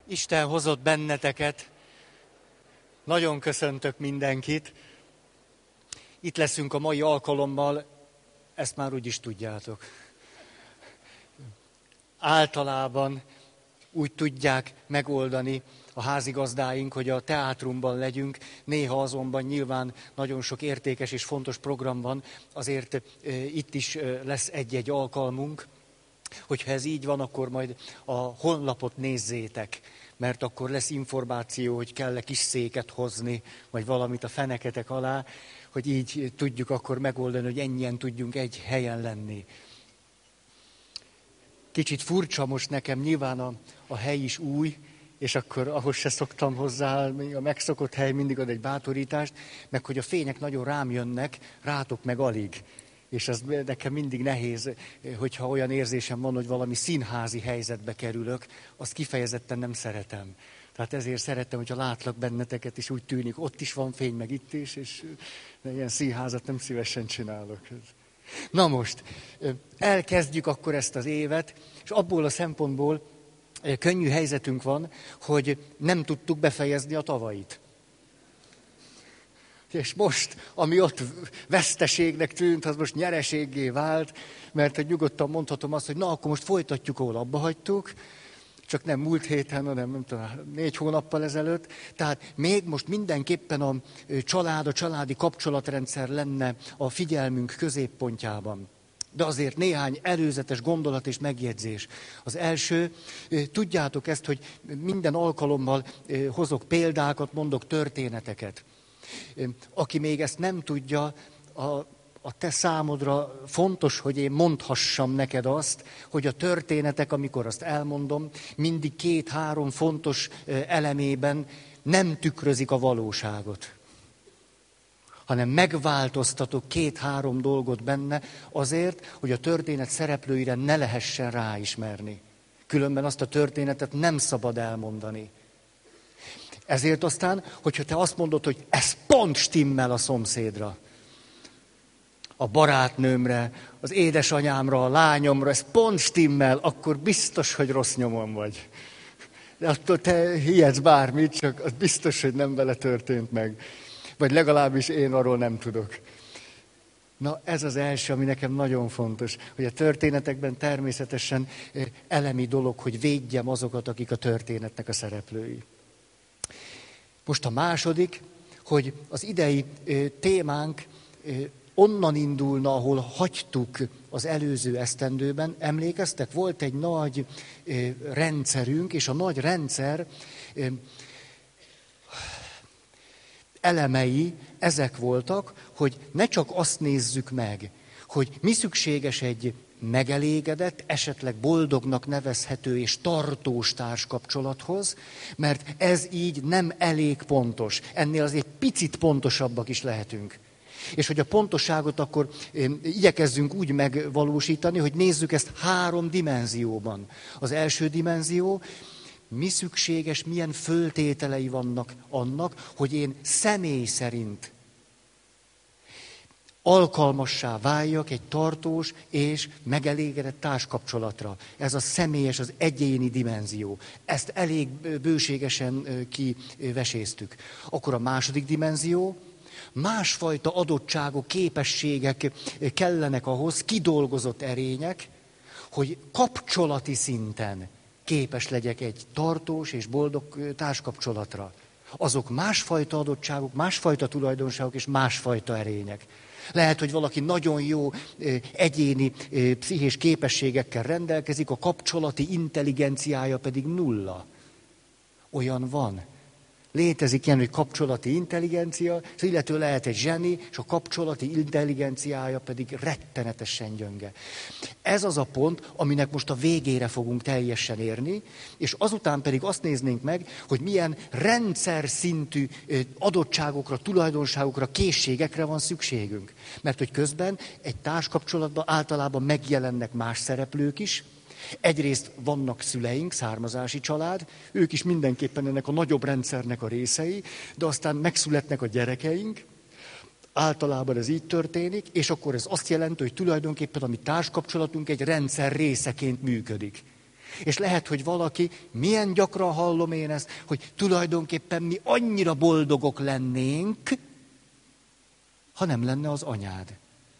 Isten hozott benneteket. Nagyon köszöntök mindenkit. Itt leszünk a mai alkalommal, ezt már úgyis tudjátok. Általában úgy tudják megoldani a házigazdáink, hogy a teátrumban legyünk, néha azonban nyilván nagyon sok értékes és fontos program van, azért itt is lesz egy-egy alkalmunk. Hogyha ez így van, akkor majd a honlapot nézzétek, mert akkor lesz információ, hogy kell-e kis széket hozni, vagy valamit a feneketek alá, hogy így tudjuk akkor megoldani, hogy ennyien tudjunk egy helyen lenni. Kicsit furcsa most nekem, nyilván a hely is új, és akkor ahhoz se szoktam hozzá, a megszokott hely mindig ad egy bátorítást, meg hogy a fények nagyon rám jönnek, rátok meg alig. És ez nekem mindig nehéz, hogyha olyan érzésem van, hogy valami színházi helyzetbe kerülök, azt kifejezetten nem szeretem. Tehát ezért szeretem, hogyha látlak benneteket, és úgy tűnik, ott is van fény, meg itt is, és ilyen színházat nem szívesen csinálok. Na most, elkezdjük akkor ezt az évet, és abból a szempontból könnyű helyzetünk van, hogy nem tudtuk befejezni a tavait. És most, ami ott veszteségnek tűnt, az most nyereséggé vált, mert hogy nyugodtan mondhatom azt, hogy na, akkor most folytatjuk, ahol abba hagytuk, csak nem múlt héten, hanem nem tudom, 4 hónappal ezelőtt. Tehát még most mindenképpen a család, a családi kapcsolatrendszer lenne a figyelmünk középpontjában. De azért néhány előzetes gondolat és megjegyzés. Az első, tudjátok ezt, hogy minden alkalommal hozok példákat, mondok történeteket. Aki még ezt nem tudja, a te számodra fontos, hogy én mondhassam neked azt, hogy a történetek, amikor azt elmondom, mindig 2-3 fontos elemében nem tükrözik a valóságot, hanem megváltoztatok 2-3 dolgot benne azért, hogy a történet szereplőire ne lehessen ráismerni. Különben azt a történetet nem szabad elmondani. Ezért aztán, hogyha te azt mondod, hogy ez pont stimmel a szomszédra, a barátnőmre, az édesanyámra, a lányomra, ez pont stimmel, akkor biztos, hogy rossz nyomon vagy. De attól te hihetsz bármit, csak az biztos, hogy nem vele történt meg. Vagy legalábbis én arról nem tudok. Na, ez az első, ami nekem nagyon fontos, hogy a történetekben természetesen elemi dolog, hogy védjem azokat, akik a történetnek a szereplői. Most a második, hogy az idei témánk onnan indulna, ahol hagytuk az előző esztendőben. Emlékeztek, volt egy nagy rendszerünk, és a nagy rendszer elemei ezek voltak, hogy ne csak azt nézzük meg, hogy mi szükséges egy megelégedett, esetleg boldognak nevezhető és tartós társkapcsolathoz, mert ez így nem elég pontos. Ennél azért picit pontosabbak is lehetünk. És hogy a pontosságot akkor igyekezzünk úgy megvalósítani, hogy nézzük ezt 3 dimenzióban. Az első dimenzió, mi szükséges, milyen föltételei vannak annak, hogy én személy szerint alkalmassá váljak egy tartós és megelégedett társkapcsolatra. Ez a személyes, az egyéni dimenzió. Ezt elég bőségesen kiveséztük. Akkor a második dimenzió, másfajta adottságok, képességek kellenek ahhoz, kidolgozott erények, hogy kapcsolati szinten képes legyek egy tartós és boldog társkapcsolatra. Azok másfajta adottságok, másfajta tulajdonságok és másfajta erények. Lehet, hogy valaki nagyon jó egyéni pszichés képességekkel rendelkezik, a kapcsolati intelligenciája pedig 0. Olyan van. Létezik ilyen, hogy kapcsolati intelligencia, az illető lehet egy zseni, és a kapcsolati intelligenciája pedig rettenetesen gyönge. Ez az a pont, aminek most a végére fogunk teljesen érni, és azután pedig azt néznénk meg, hogy milyen rendszer szintű adottságokra, tulajdonságokra, készségekre van szükségünk. Mert hogy közben egy társkapcsolatban általában megjelennek más szereplők is. Egyrészt vannak szüleink, származási család, ők is mindenképpen ennek a nagyobb rendszernek a részei, de aztán megszületnek a gyerekeink, általában ez így történik, és akkor ez azt jelenti, hogy tulajdonképpen a mi társkapcsolatunk egy rendszer részeként működik. És lehet, hogy valaki, milyen gyakran hallom én ezt, hogy tulajdonképpen mi annyira boldogok lennénk, ha nem lenne az anyád.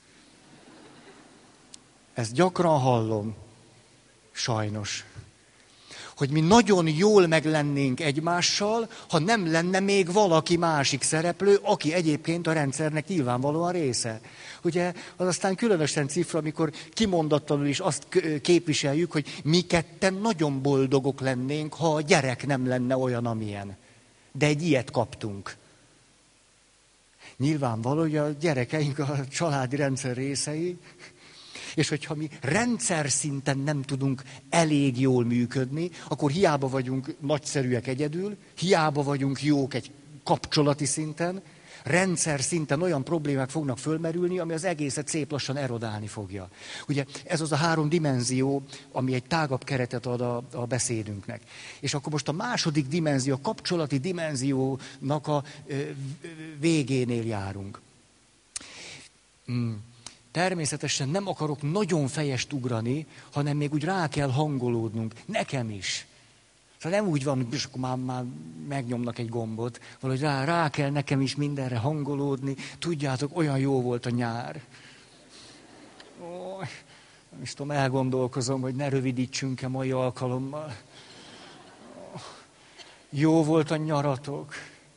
Ezt gyakran hallom, sajnos. Hogy mi nagyon jól meglennénk egymással, ha nem lenne még valaki másik szereplő, aki egyébként a rendszernek nyilvánvalóan része. Ugye az aztán különösen cifra, amikor kimondatlanul is azt képviseljük, hogy mi ketten nagyon boldogok lennénk, ha a gyerek nem lenne olyan, amilyen. De egy ilyet kaptunk. Nyilvánvaló, hogy a gyerekeink a családi rendszer részei, és hogyha mi rendszer szinten nem tudunk elég jól működni, akkor hiába vagyunk nagyszerűek egyedül, hiába vagyunk jók egy kapcsolati szinten, rendszer szinten olyan problémák fognak fölmerülni, ami az egészet szép lassan erodálni fogja. Ugye ez az a 3 dimenzió, ami egy tágabb keretet ad a beszédünknek. És akkor most a második dimenzió, a kapcsolati dimenziónak a végénél járunk. Természetesen nem akarok nagyon fejest ugrani, hanem még úgy rá kell hangolódnunk. Nekem is. Szóval nem úgy van, és akkor már megnyomnak egy gombot, valahogy rá kell nekem is mindenre hangolódni. Tudjátok, olyan jó volt a nyár. Nem is tudom, elgondolkozom, hogy ne rövidítsünk-e mai alkalommal. Jó volt a nyaratok.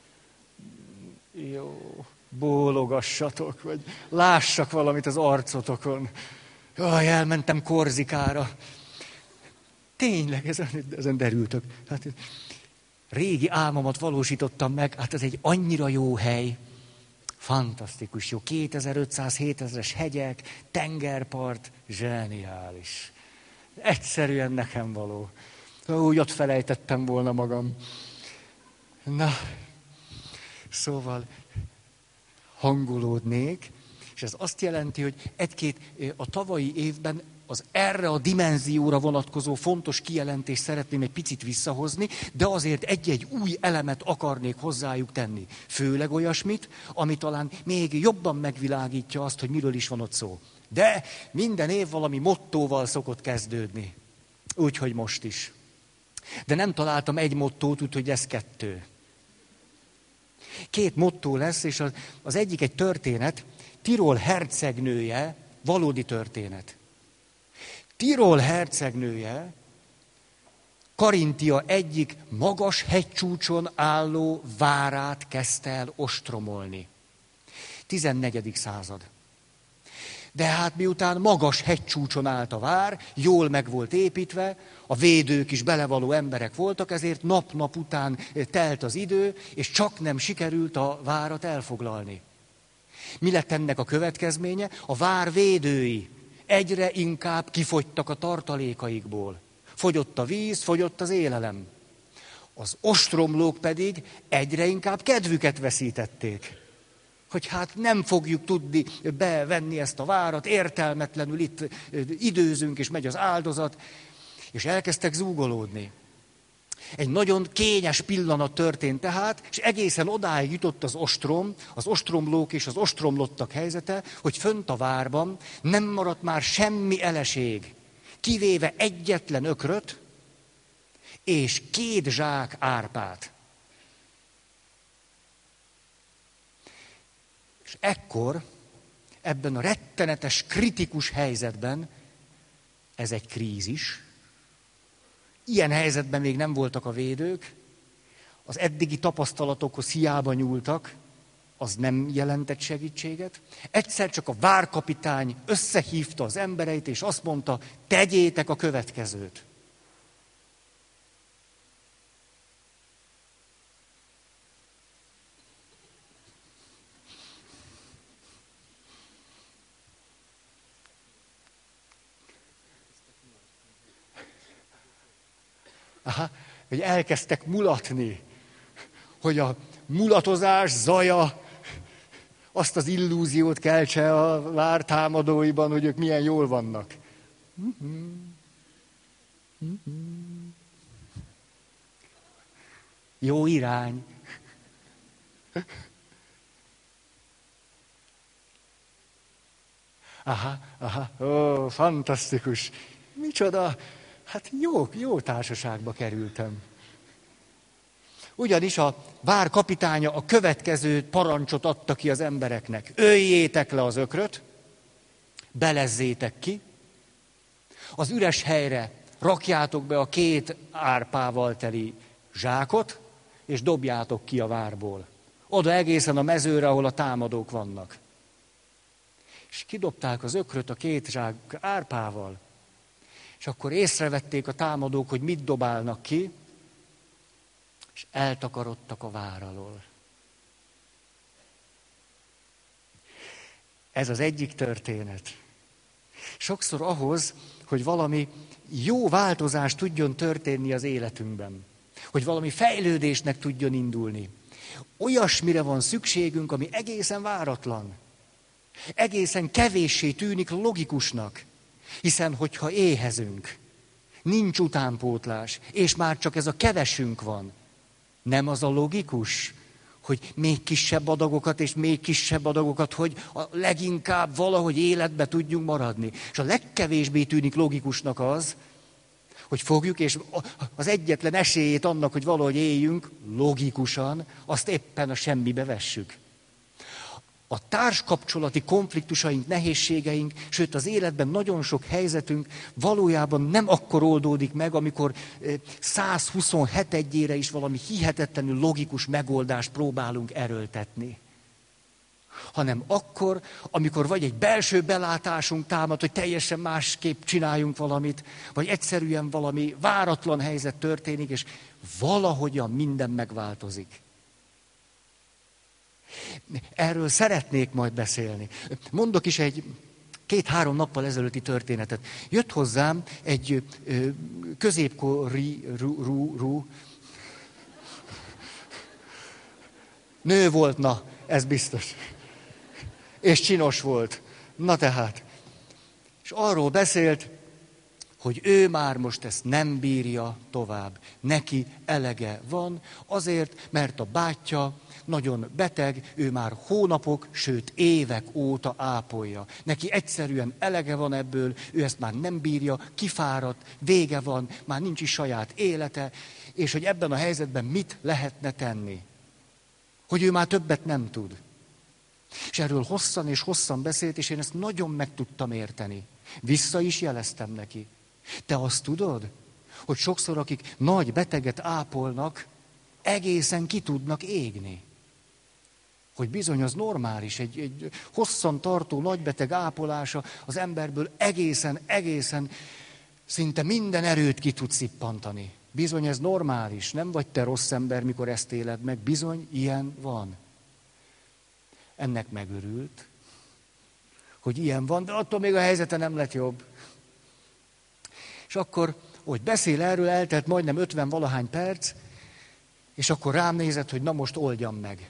Jó. Bólogassatok, vagy lássak valamit az arcotokon. Jaj, elmentem Korzikára. Tényleg, ezen derültök. Hát, régi álmomat valósítottam meg, hát ez egy annyira jó hely. Fantasztikus jó. 2500-7000-es hegyek, tengerpart, zseniális. Egyszerűen nekem való. Úgy ott felejtettem volna magam. Na, szóval hangolódnék, és ez azt jelenti, hogy a tavalyi évben az erre a dimenzióra vonatkozó fontos kijelentést szeretném egy picit visszahozni, de azért egy-egy új elemet akarnék hozzájuk tenni. Főleg olyasmit, ami talán még jobban megvilágítja azt, hogy miről is van ott szó. De minden év valami mottóval szokott kezdődni. Úgyhogy most is. De nem találtam egy mottót, úgyhogy ez 2. 2 mottó lesz, és az egyik egy történet, Tirol hercegnője, valódi történet. Tirol hercegnője Karintia egyik magas hegycsúcson álló várát kezdte el ostromolni. 14. század. De hát miután magas hegycsúcson állt a vár, jól meg volt építve, a védők is belevaló emberek voltak, ezért nap-nap után telt az idő, és csak nem sikerült a várat elfoglalni. Mi lett ennek a következménye? A vár védői egyre inkább kifogytak a tartalékaikból. Fogyott a víz, fogyott az élelem. Az ostromlók pedig egyre inkább kedvüket veszítették. Hogy hát nem fogjuk tudni bevenni ezt a várat, értelmetlenül itt időzünk, és megy az áldozat, és elkezdtek zúgolódni. Egy nagyon kényes pillanat történt tehát, és egészen odáig jutott az ostromlók és az ostromlottak helyzete, hogy fönt a várban nem maradt már semmi eleség, kivéve egyetlen ökröt és 2 zsák árpát. És ekkor, ebben a rettenetes, kritikus helyzetben, ez egy krízis, ilyen helyzetben még nem voltak a védők, az eddigi tapasztalatokhoz hiába nyúltak, az nem jelentett segítséget. Egyszer csak a várkapitány összehívta az embereit, és azt mondta, tegyétek a következőt. Hogy elkezdtek mulatni, hogy a mulatozás zaja azt az illúziót keltse a vár támadóiban, hogy ők milyen jól vannak. Jó irány. Ó, fantasztikus. Micsoda. Hát jó társaságba kerültem. Ugyanis a vár kapitánya a következő parancsot adta ki az embereknek. Öljétek le az ökröt, belezzétek ki, az üres helyre rakjátok be a 2 árpával teli zsákot, és dobjátok ki a várból. Oda egészen a mezőre, ahol a támadók vannak. És kidobták az ökröt a 2 zsák árpával, és akkor észrevették a támadók, hogy mit dobálnak ki, és eltakarodtak a vár alól. Ez az egyik történet. Sokszor ahhoz, hogy valami jó változás tudjon történni az életünkben, hogy valami fejlődésnek tudjon indulni, olyasmire van szükségünk, ami egészen váratlan, egészen kevéssé tűnik logikusnak, hiszen hogyha éhezünk, nincs utánpótlás, és már csak ez a kevesünk van, nem az a logikus, hogy még kisebb adagokat és még kisebb adagokat, hogy a leginkább valahogy életbe tudjunk maradni. És a legkevésbé tűnik logikusnak az, hogy fogjuk, és az egyetlen esélyét annak, hogy valahogy éljünk, logikusan, azt éppen a semmibe vessük. A társkapcsolati konfliktusaink, nehézségeink, sőt az életben nagyon sok helyzetünk valójában nem akkor oldódik meg, amikor 127-ére is valami hihetetlenül logikus megoldást próbálunk erőltetni. Hanem akkor, amikor vagy egy belső belátásunk támad, hogy teljesen másképp csináljunk valamit, vagy egyszerűen valami váratlan helyzet történik, és valahogyan minden megváltozik. Erről szeretnék majd beszélni. Mondok is egy 2-3 nappal ezelőtti történetet. Jött hozzám egy középkori nő volt, na, ez biztos. És csinos volt. Na tehát. És arról beszélt, hogy ő már most ezt nem bírja tovább. Neki elege van, azért, mert a bátyja nagyon beteg, ő már hónapok, sőt évek óta ápolja. Neki egyszerűen elege van ebből, ő ezt már nem bírja, kifáradt, vége van, már nincs is saját élete, és hogy ebben a helyzetben mit lehetne tenni. Hogy ő már többet nem tud. És erről hosszan és hosszan beszélt, és én ezt nagyon meg tudtam érteni. Vissza is jeleztem neki. Te azt tudod, hogy sokszor akik nagy beteget ápolnak, egészen ki tudnak égni. Hogy bizony az normális, egy hosszan tartó nagybeteg ápolása az emberből egészen szinte minden erőt ki tud szippantani. Bizony ez normális, nem vagy te rossz ember, mikor ezt éled meg, bizony ilyen van. Ennek megörült, hogy ilyen van, de attól még a helyzete nem lett jobb. És akkor, hogy beszél erről, eltelt majdnem 50-valahány perc, és akkor rám nézett, hogy na most oldjam meg.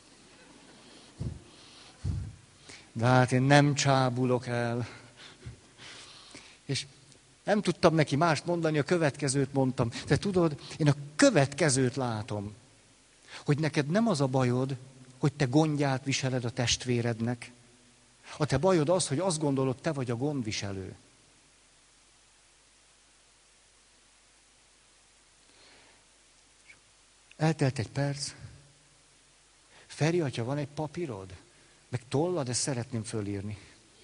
De hát én nem csábulok el. És nem tudtam neki mást mondani, a következőt mondtam. Te tudod, én a következőt látom, hogy neked nem az a bajod, hogy te gondját viseled a testvérednek. A te bajod az, hogy azt gondolod, te vagy a gondviselő. Eltelt egy perc. Feri, atya, van egy papírod? Meg tollad, ezt szeretném fölírni.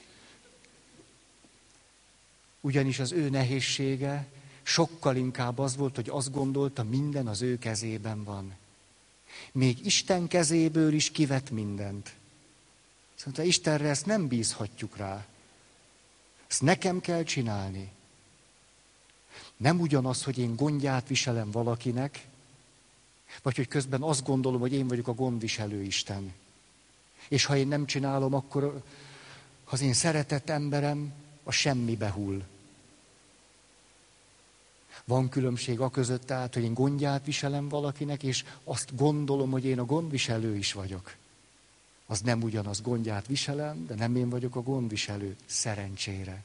Ugyanis az ő nehézsége sokkal inkább az volt, hogy azt gondolta, minden az ő kezében van. Még Isten kezéből is kivett mindent. Szóval Istenre ezt nem bízhatjuk rá. Ezt nekem kell csinálni. Nem ugyanaz, hogy én gondját viselem valakinek, vagy hogy közben azt gondolom, hogy én vagyok a gondviselő Isten. És ha én nem csinálom, akkor az én szeretett emberem a semmibe hull. Van különbség a között, tehát, hogy én gondját viselem valakinek, és azt gondolom, hogy én a gondviselő is vagyok. Az nem ugyanaz, gondját viselem, de nem én vagyok a gondviselő, szerencsére.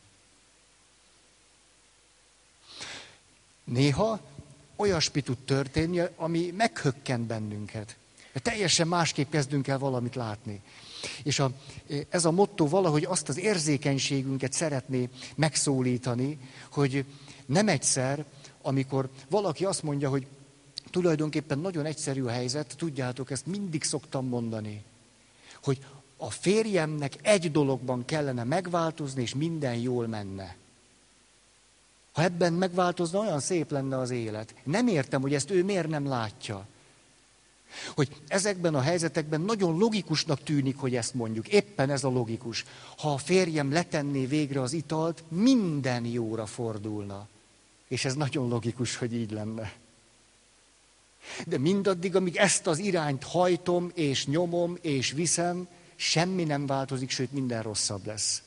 Néha olyasmi tud történni, ami meghökkent bennünket. Teljesen másképp kezdünk el valamit látni. És ez a motto valahogy azt az érzékenységünket szeretné megszólítani, hogy nem egyszer, amikor valaki azt mondja, hogy tulajdonképpen nagyon egyszerű a helyzet, tudjátok, ezt mindig szoktam mondani, hogy a férjemnek egy dologban kellene megváltozni, és minden jól menne. Ha ebben megváltozna, olyan szép lenne az élet. Nem értem, hogy ezt ő miért nem látja. Hogy ezekben a helyzetekben nagyon logikusnak tűnik, hogy ezt mondjuk. Éppen ez a logikus. Ha a férjem letenné végre az italt, minden jóra fordulna. És ez nagyon logikus, hogy így lenne. De mindaddig, amíg ezt az irányt hajtom, és nyomom, és viszem, semmi nem változik, sőt minden rosszabb lesz.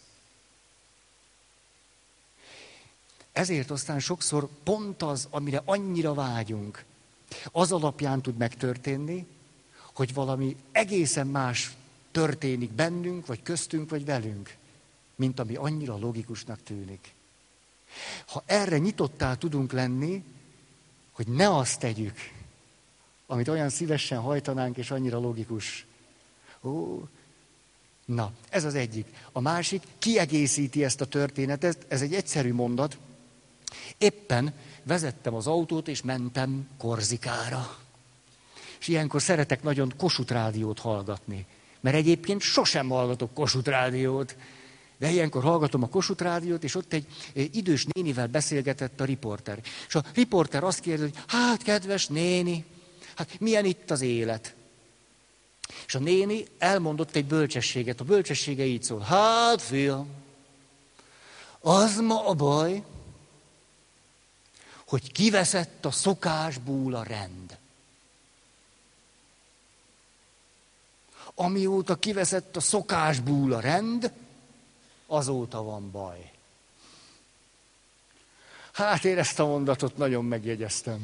Ezért aztán sokszor pont az, amire annyira vágyunk, az alapján tud megtörténni, hogy valami egészen más történik bennünk, vagy köztünk, vagy velünk, mint ami annyira logikusnak tűnik. Ha erre nyitottá tudunk lenni, hogy ne azt tegyük, amit olyan szívesen hajtanánk, és annyira logikus. Na, ez az egyik. A másik kiegészíti ezt a történetet, ez egy egyszerű mondat. Éppen vezettem az autót, és mentem Korzikára. És ilyenkor szeretek nagyon Kossuth Rádiót hallgatni. Mert egyébként sosem hallgatok Kossuth Rádiót. De ilyenkor hallgatom a Kossuth Rádiót, és ott egy idős nénivel beszélgetett a riporter. És a riporter azt kérdezi, hogy hát kedves néni, hát milyen itt az élet? És a néni elmondott egy bölcsességet. A bölcsessége így szól. Hát fiam, az ma a baj, hogy kiveszett a szokásból a rend. Amióta kiveszett a szokásból a rend, azóta van baj. Hát én ezt a mondatot nagyon megjegyeztem.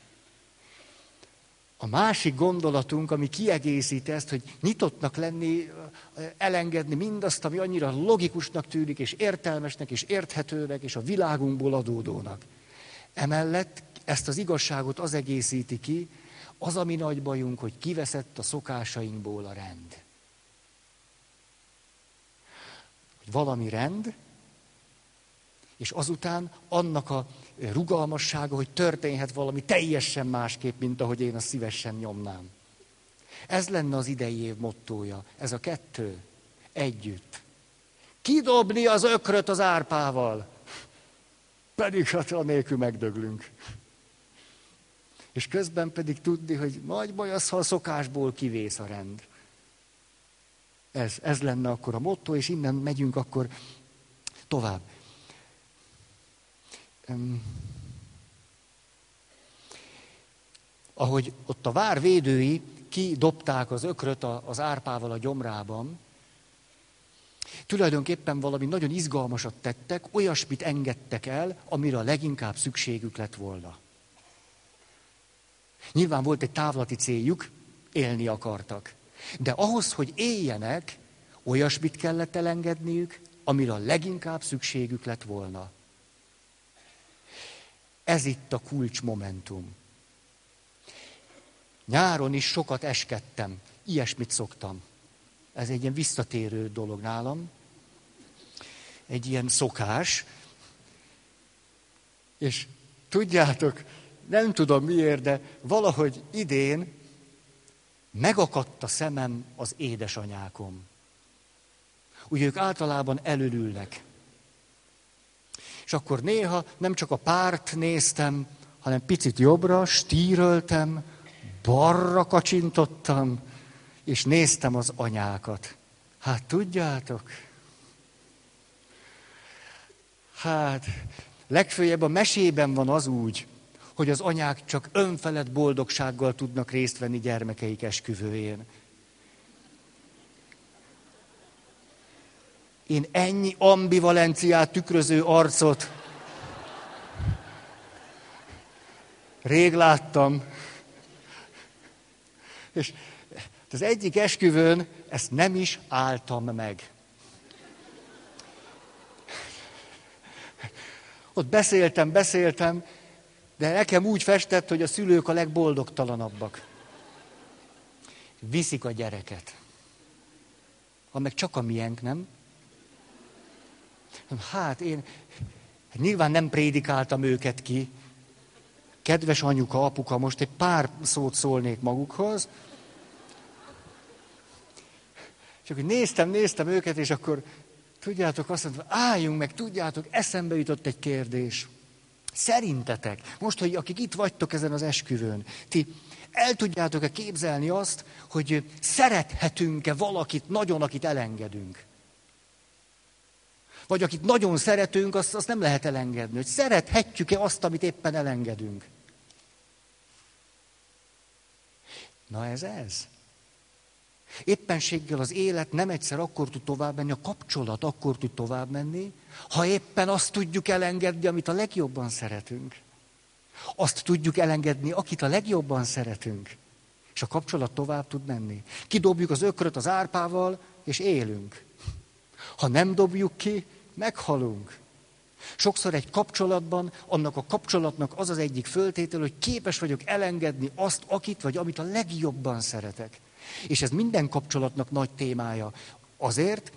A másik gondolatunk, ami kiegészíti ezt, hogy nyitottnak lenni, elengedni mindazt, ami annyira logikusnak tűnik, és értelmesnek, és érthetőnek, és a világunkból adódónak. Emellett ezt az igazságot az egészíti ki, az a mi nagy bajunk, hogy kiveszett a szokásainkból a rend. Hogy valami rend, és azután annak a rugalmassága, hogy történhet valami teljesen másképp, mint ahogy én azt szívesen nyomnám. Ez lenne az idei év mottója, ez a kettő, együtt. Kidobni az ökröt az árpával, pedig hát anélkül megdöglünk. És közben pedig tudni, hogy nagy baj az, ha a szokásból kivész a rend. Ez lenne akkor a motto, és innen megyünk akkor tovább. Ahogy ott a vár védői kidobták az ökröt az árpával a gyomrában, tulajdonképpen valami nagyon izgalmasat tettek, olyasmit engedtek el, amire a leginkább szükségük lett volna. Nyilván volt egy távlati céljuk, élni akartak. De ahhoz, hogy éljenek, olyasmit kellett elengedniük, amire a leginkább szükségük lett volna. Ez itt a kulcsmomentum. Nyáron is sokat eskedtem, ilyesmit szoktam. Ez egy ilyen visszatérő dolog nálam, egy ilyen szokás. És tudjátok, nem tudom miért, de valahogy idén megakadt a szemem az édesanyákon. Ugye ők általában elölülnek. És akkor néha nem csak a párt néztem, hanem picit jobbra, stíröltem, balra kacsintottam, és néztem az anyákat. Hát tudjátok? Hát legfőjebb a mesében van az úgy, hogy az anyák csak önfelett boldogsággal tudnak részt venni gyermekeik esküvőjén. Én ennyi ambivalenciát tükröző arcot rég láttam. És az egyik esküvőn ezt nem is álltam meg. Ott beszéltem, de nekem úgy festett, hogy a szülők a legboldogtalanabbak. Viszik a gyereket. Ha meg csak a miénk, nem? Hát én Nyilván nem prédikáltam őket ki. Kedves anyuka, apuka, most egy pár szót szólnék magukhoz. Csak hogy néztem őket, és akkor tudjátok, azt mondtam, álljunk meg, tudjátok, eszembe jutott egy kérdés. Szerintetek, most, hogy akik itt vagytok ezen az esküvőn, ti el tudjátok-e képzelni azt, hogy szerethetünk-e valakit nagyon, akit elengedünk? Vagy akit nagyon szeretünk, azt nem lehet elengedni. Hogy szerethetjük-e azt, amit éppen elengedünk? Na ez. Éppenséggel az élet nem egyszer akkor tud tovább menni, a kapcsolat akkor tud tovább menni, ha éppen azt tudjuk elengedni, amit a legjobban szeretünk. Azt tudjuk elengedni, akit a legjobban szeretünk. És a kapcsolat tovább tud menni. Kidobjuk az ökröt az árpával, és élünk. Ha nem dobjuk ki, meghalunk. Sokszor egy kapcsolatban, annak a kapcsolatnak az az egyik föltétel, hogy képes vagyok elengedni azt, akit vagy amit a legjobban szeretek. És ez minden kapcsolatnak nagy témája. Azért,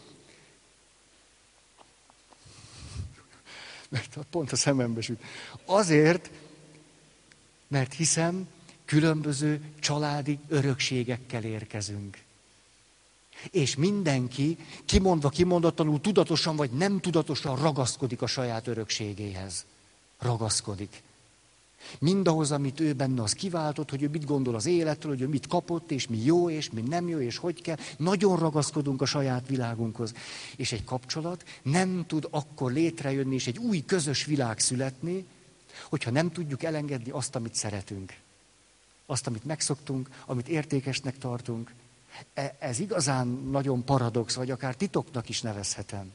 mert pont a szemembe süt. Azért, mert hiszem, különböző családi örökségekkel érkezünk. És mindenki, kimondatlanul, tudatosan vagy nem tudatosan ragaszkodik a saját örökségéhez. Ragaszkodik. Mindahhoz, amit ő benne az kiváltott, hogy ő mit gondol az életről, hogy ő mit kapott, és mi jó, és mi nem jó, és hogy kell. Nagyon ragaszkodunk a saját világunkhoz. És egy kapcsolat nem tud akkor létrejönni, és egy új közös világ születni, hogyha nem tudjuk elengedni azt, amit szeretünk. Azt, amit megszoktunk, amit értékesnek tartunk. Ez igazán nagyon paradox, vagy akár titoknak is nevezhetem.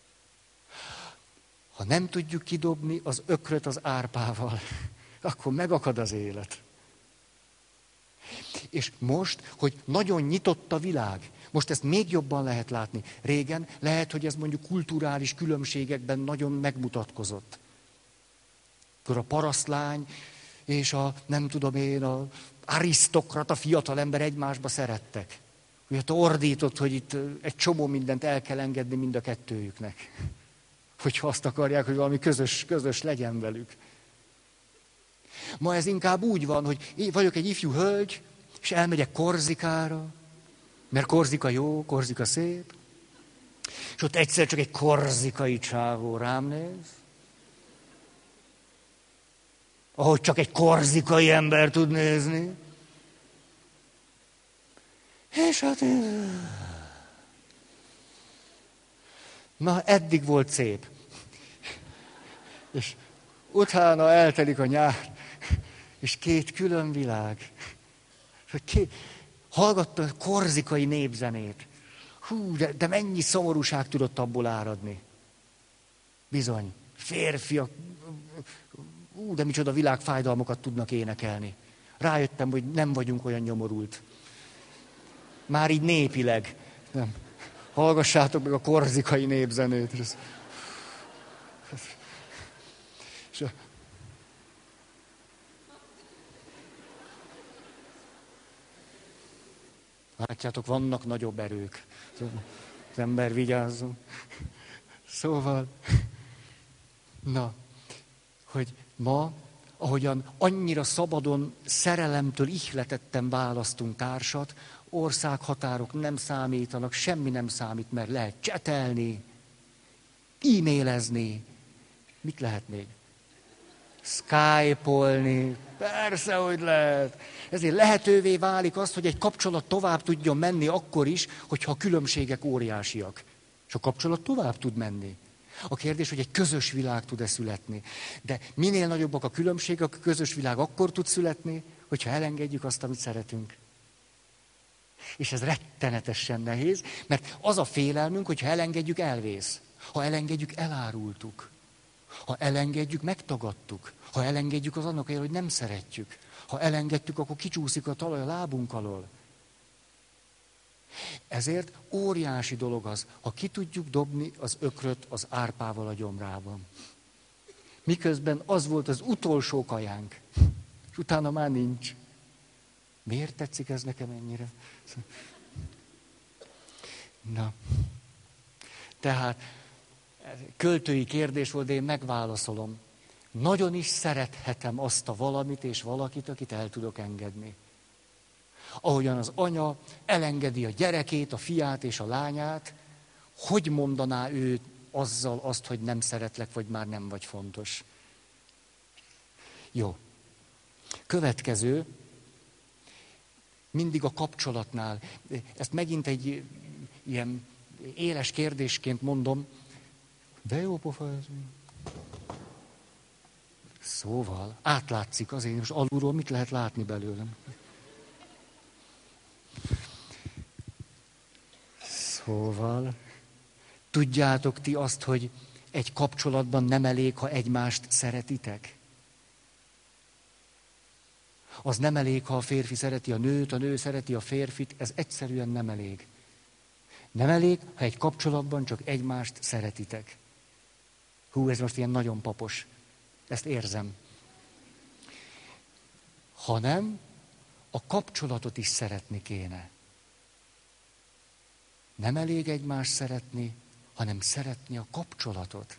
Ha nem tudjuk kidobni az ökröt az árpával, akkor megakad az élet. És most, hogy nagyon nyitott a világ, most ezt még jobban lehet látni. Régen lehet, hogy ez mondjuk kulturális különbségekben nagyon megmutatkozott. Akkor a parasztlány és a arisztokrata fiatalember egymásba szerettek. Ugye ordított, hogy itt egy csomó mindent el kell engedni mind a kettőjüknek. Hogyha azt akarják, hogy valami közös legyen velük. Ma ez inkább úgy van, hogy én vagyok egy ifjú hölgy, és elmegyek Korzikára, mert Korzika jó, Korzika szép, és ott egyszer csak egy korzikai csávó rám néz, ahogy csak egy korzikai ember tud nézni. És hát na, eddig volt szép. És utána eltelik a nyár, és két külön világ. Hallgatta a korzikai népzenét. Hú, de mennyi szomorúság tudott abból áradni. Bizony, férfiak, de micsoda világfájdalmakat tudnak énekelni. Rájöttem, hogy nem vagyunk olyan nyomorult. Már így népileg. Nem. Hallgassátok meg a korzikai népzenét. Látjátok, vannak nagyobb erők. Az ember vigyázzon. Szóval, na, hogy ma, ahogyan annyira szabadon, szerelemtől ihletetten választunk társat, országhatárok nem számítanak, semmi nem számít, mert lehet csetelni, e-mailezni, mit lehet még? Skype-olni, persze, hogy lehet. Ezért lehetővé válik az, hogy egy kapcsolat tovább tudjon menni akkor is, hogyha a különbségek óriásiak. És a kapcsolat tovább tud menni. A kérdés, hogy egy közös világ tud-e születni. De minél nagyobbak a különbségek, a közös világ akkor tud születni, hogyha elengedjük azt, amit szeretünk. És ez rettenetesen nehéz, mert az a félelmünk, hogyha elengedjük, elvész. Ha elengedjük, elárultuk. Ha elengedjük, megtagadtuk. Ha elengedjük, az annak ér, hogy nem szeretjük. Ha elengedtük, akkor kicsúszik a talaj a lábunk alól. Ezért óriási dolog az, ha ki tudjuk dobni az ökröt az árpával a gyomrában. Miközben az volt az utolsó kajánk. És utána már nincs. Miért tetszik ez nekem ennyire? Na. Tehát költői kérdés volt, de én megválaszolom. Nagyon is szerethetem azt a valamit és valakit, akit el tudok engedni. Ahogyan az anya elengedi a gyerekét, a fiát és a lányát, hogy mondaná ő azzal azt, hogy nem szeretlek, vagy már nem vagy fontos. Jó. Következő, mindig a kapcsolatnál. Ezt megint egy ilyen éles kérdésként mondom. De jó pofa ez. Szóval, átlátszik azért, most alulról mit lehet látni belőlem? Szóval, tudjátok ti azt, hogy egy kapcsolatban nem elég, ha egymást szeretitek? Az nem elég, ha a férfi szereti a nő szereti a férfit, ez egyszerűen nem elég. Nem elég, ha egy kapcsolatban csak egymást szeretitek. Hú, ez most ilyen nagyon papos. Ezt érzem. Hanem a kapcsolatot is szeretni kéne. Nem elég egymást szeretni, hanem szeretni a kapcsolatot.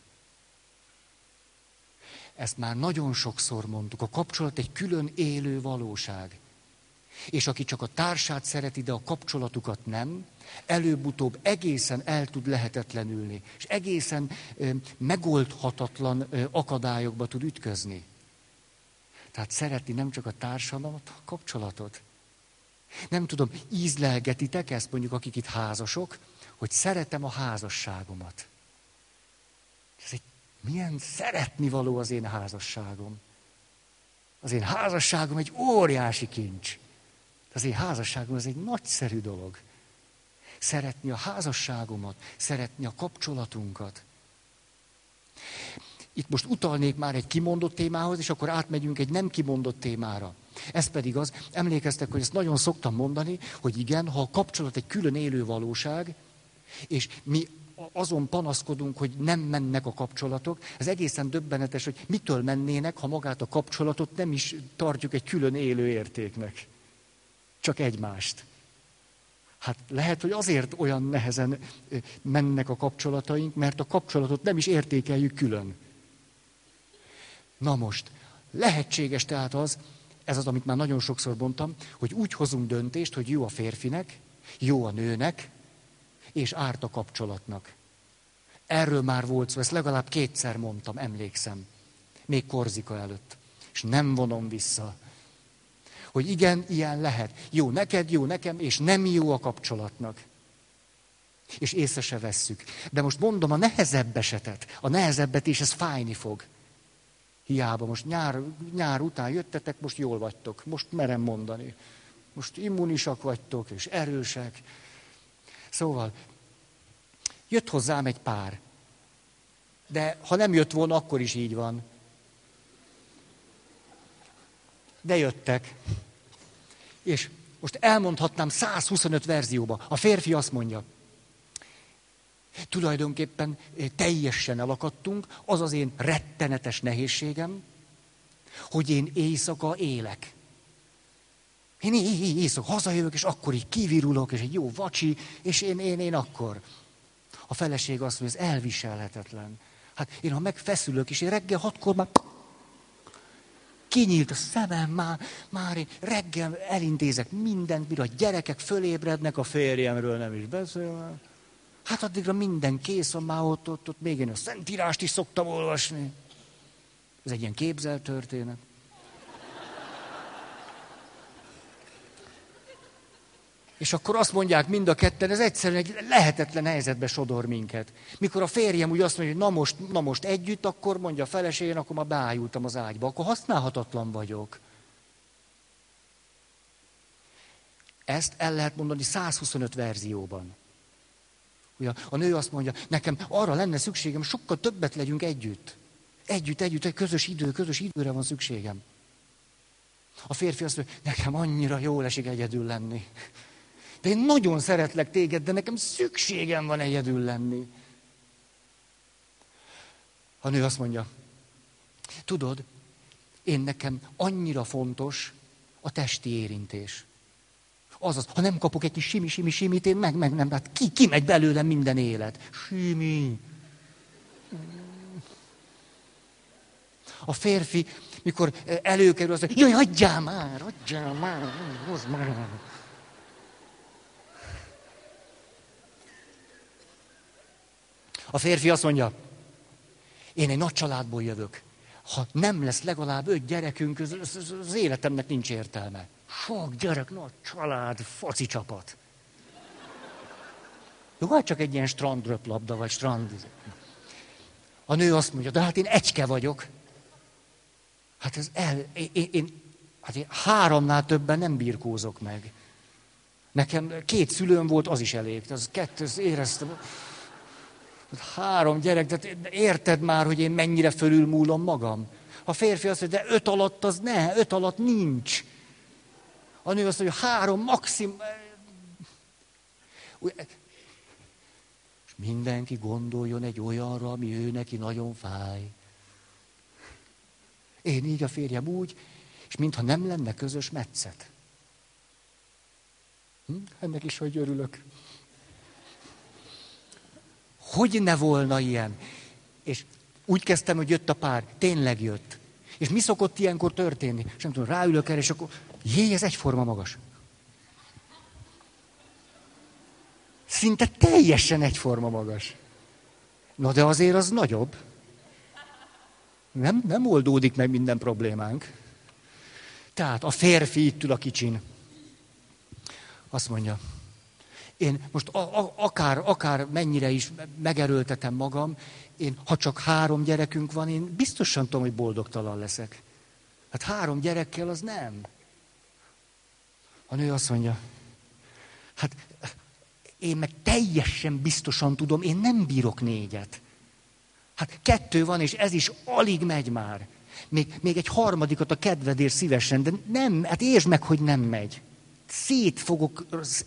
Ezt már nagyon sokszor mondtuk. A kapcsolat egy külön élő valóság. És aki csak a társát szereti, de a kapcsolatukat nem, előbb-utóbb egészen el tud lehetetlenülni, és egészen megoldhatatlan akadályokba tud ütközni. Tehát szeretni nem csak a társadalmat, a kapcsolatot. Nem tudom, ízlelgetitek ezt, mondjuk akik itt házasok, hogy szeretem a házasságomat. Ez egy milyen szeretnivaló az én házasságom. Az én házasságom egy óriási kincs. Az én házasságom az egy nagyszerű dolog. Szeretni a házasságomat, szeretni a kapcsolatunkat. Itt most utalnék már egy kimondott témához, és akkor átmegyünk egy nem kimondott témára. Ez pedig az, emlékeztek, hogy ezt nagyon szoktam mondani, hogy igen, ha a kapcsolat egy külön élő valóság, és mi azon panaszkodunk, hogy nem mennek a kapcsolatok, ez egészen döbbenetes, hogy mitől mennének, ha magát a kapcsolatot nem is tartjuk egy külön élő értéknek. Csak egymást. Hát lehet, hogy azért olyan nehezen mennek a kapcsolataink, mert a kapcsolatot nem is értékeljük külön. Na most, lehetséges tehát az, ez az, amit már nagyon sokszor mondtam, hogy úgy hozunk döntést, hogy jó a férfinek, jó a nőnek, és árt a kapcsolatnak. Erről már volt szó, ezt legalább 2-szer mondtam, emlékszem. Még Korzika előtt. És nem vonom vissza. Hogy igen, ilyen lehet. Jó neked, jó nekem, és nem jó a kapcsolatnak. És észre se vesszük. De most mondom a nehezebb esetet. A nehezebbet is, ez fájni fog. Hiába, most nyár után jöttetek, most jól vagytok. Most merem mondani. Most immunisak vagytok, és erősek. Szóval, jött hozzám egy pár. De ha nem jött volna, akkor is így van. De jöttek. És most elmondhatnám 125 verzióba. A férfi azt mondja, tulajdonképpen teljesen elakadtunk, az az én rettenetes nehézségem, hogy én éjszaka élek. Én éjszaka hazajövök, és akkor így kivirulok, és egy jó vacsi, és én akkor. A feleség azt mondja, ez elviselhetetlen. Hát én, ha megfeszülök, és én reggel 6-kor már kinyílt a szemem, már én reggel elintézek mindent, mire a gyerekek fölébrednek, a férjemről nem is beszélve. Hát addigra minden kész van már ott még én a Szentírást is szoktam olvasni. Ez egy ilyen képzelt történet. És akkor azt mondják mind a ketten, ez egyszerűen egy lehetetlen helyzetbe sodor minket. Mikor a férjem úgy azt mondja, hogy na most együtt, akkor mondja a feleségén, akkor már beájultam az ágyba, akkor használhatatlan vagyok. Ezt el lehet mondani 125 verzióban. Ugye a nő azt mondja, nekem arra lenne szükségem, sokkal többet legyünk együtt. Együtt, egy közös időre van szükségem. A férfi azt mondja, nekem annyira jól esik egyedül lenni. De én nagyon szeretlek téged, de nekem szükségem van egyedül lenni. A nő azt mondja, tudod, én nekem annyira fontos a testi érintés. Azaz, ha nem kapok egy kis simit, én meg nem, hát ki megy belőlem minden élet. Simi. A férfi, mikor előkerül, az, jaj, adjál már, hozd már. A férfi azt mondja, én egy nagy családból jövök. Ha nem lesz legalább 5 gyerekünk, az életemnek nincs értelme. Sok gyerek, nagy család, foci csapat. Jó, hát csak egy ilyen strandröplabda, vagy strand. A nő azt mondja, de hát én egyke vagyok. Hát én 3-nál többen nem birkózok meg. Nekem 2 szülőm volt, az is elég. Az 2, éreztem. 3 gyerek, de érted már, hogy én mennyire fölülmúlom magam? A férfi azt mondja, de 5 alatt az ne, 5 alatt nincs. A nő azt mondja, 3 maximum. És mindenki gondoljon egy olyanra, ami ő neki nagyon fáj. Én így, a férjem úgy, és mintha nem lenne közös metszet. Ennek is, hogy örülök. Hogy ne volna ilyen? És úgy kezdtem, hogy jött a pár. Tényleg jött. És mi szokott ilyenkor történni? És nem tudom, ráülök el, és akkor ez egyforma magas. Szinte teljesen egyforma magas. Na de azért az nagyobb. Nem oldódik meg minden problémánk. Tehát a férfi itt ül a kicsin. Azt mondja, én most akár mennyire is megerőltetem magam, ha csak 3 gyerekünk van, én biztosan tudom, hogy boldogtalan leszek. Hát 3 gyerekkel az nem. A nő azt mondja, hát én meg teljesen biztosan tudom, én nem bírok 4. Hát 2 van, és ez is alig megy már. Még egy 3. a kedvedért szívesen, de nem, hát értsd meg, hogy nem megy. Szét fogok...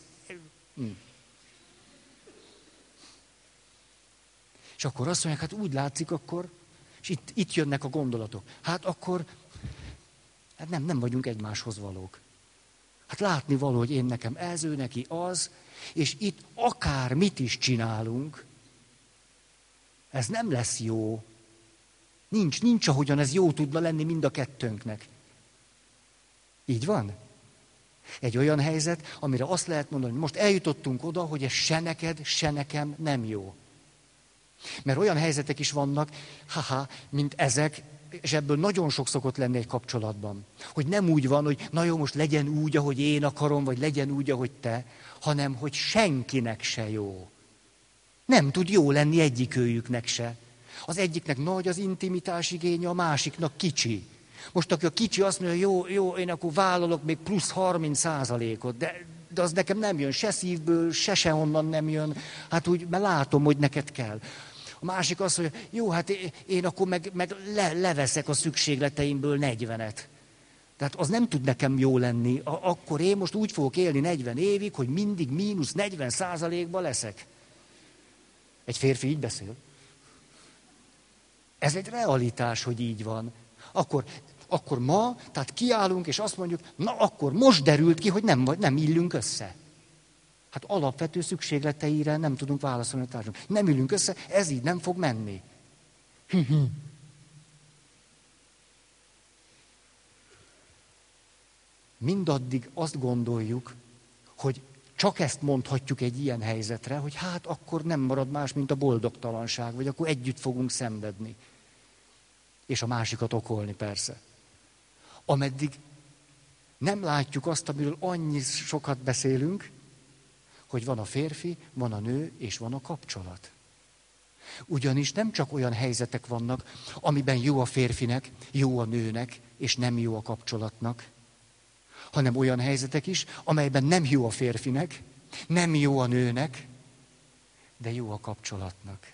És akkor azt mondják, hát úgy látszik akkor, és itt jönnek a gondolatok. Hát akkor nem vagyunk egymáshoz valók. Hát látni való, hogy én nekem ez, ő neki az, és itt akár mit is csinálunk, ez nem lesz jó. Nincs ahogyan ez jó tudna lenni mind a kettőnknek. Így van? Egy olyan helyzet, amire azt lehet mondani, hogy most eljutottunk oda, hogy ez se neked, se nekem nem jó. Mert olyan helyzetek is vannak, mint ezek, és ebből nagyon sok szokott lenni egy kapcsolatban. Hogy nem úgy van, hogy na jó, most legyen úgy, ahogy én akarom, vagy legyen úgy, ahogy te, hanem hogy senkinek se jó. Nem tud jó lenni egyikőjüknek se. Az egyiknek nagy az intimitás igénye, a másiknak kicsi. Most aki a kicsi azt mondja, jó, én akkor vállalok még plusz 30%-ot, de az nekem nem jön, se szívből, se honnan nem jön, hát úgy, mert látom, hogy neked kell. A másik azt mondja, jó, hát én akkor meg leveszek a szükségleteimből 40-et. Tehát az nem tud nekem jó lenni. Akkor én most úgy fogok élni 40 évig, hogy mindig mínusz 40%-ban leszek. Egy férfi így beszél. Ez egy realitás, hogy így van. Akkor ma, tehát kiállunk, és azt mondjuk, na akkor most derült ki, hogy nem illünk össze. Hát alapvető szükségleteire nem tudunk válaszolni a társadalomnak. Nem ülünk össze, ez így nem fog menni. Mindaddig azt gondoljuk, hogy csak ezt mondhatjuk egy ilyen helyzetre, hogy hát akkor nem marad más, mint a boldogtalanság, vagy akkor együtt fogunk szenvedni. És a másikat okolni persze. Ameddig nem látjuk azt, amiről annyi sokat beszélünk, hogy van a férfi, van a nő, és van a kapcsolat. Ugyanis nem csak olyan helyzetek vannak, amiben jó a férfinek, jó a nőnek, és nem jó a kapcsolatnak, hanem olyan helyzetek is, amelyben nem jó a férfinek, nem jó a nőnek, de jó a kapcsolatnak.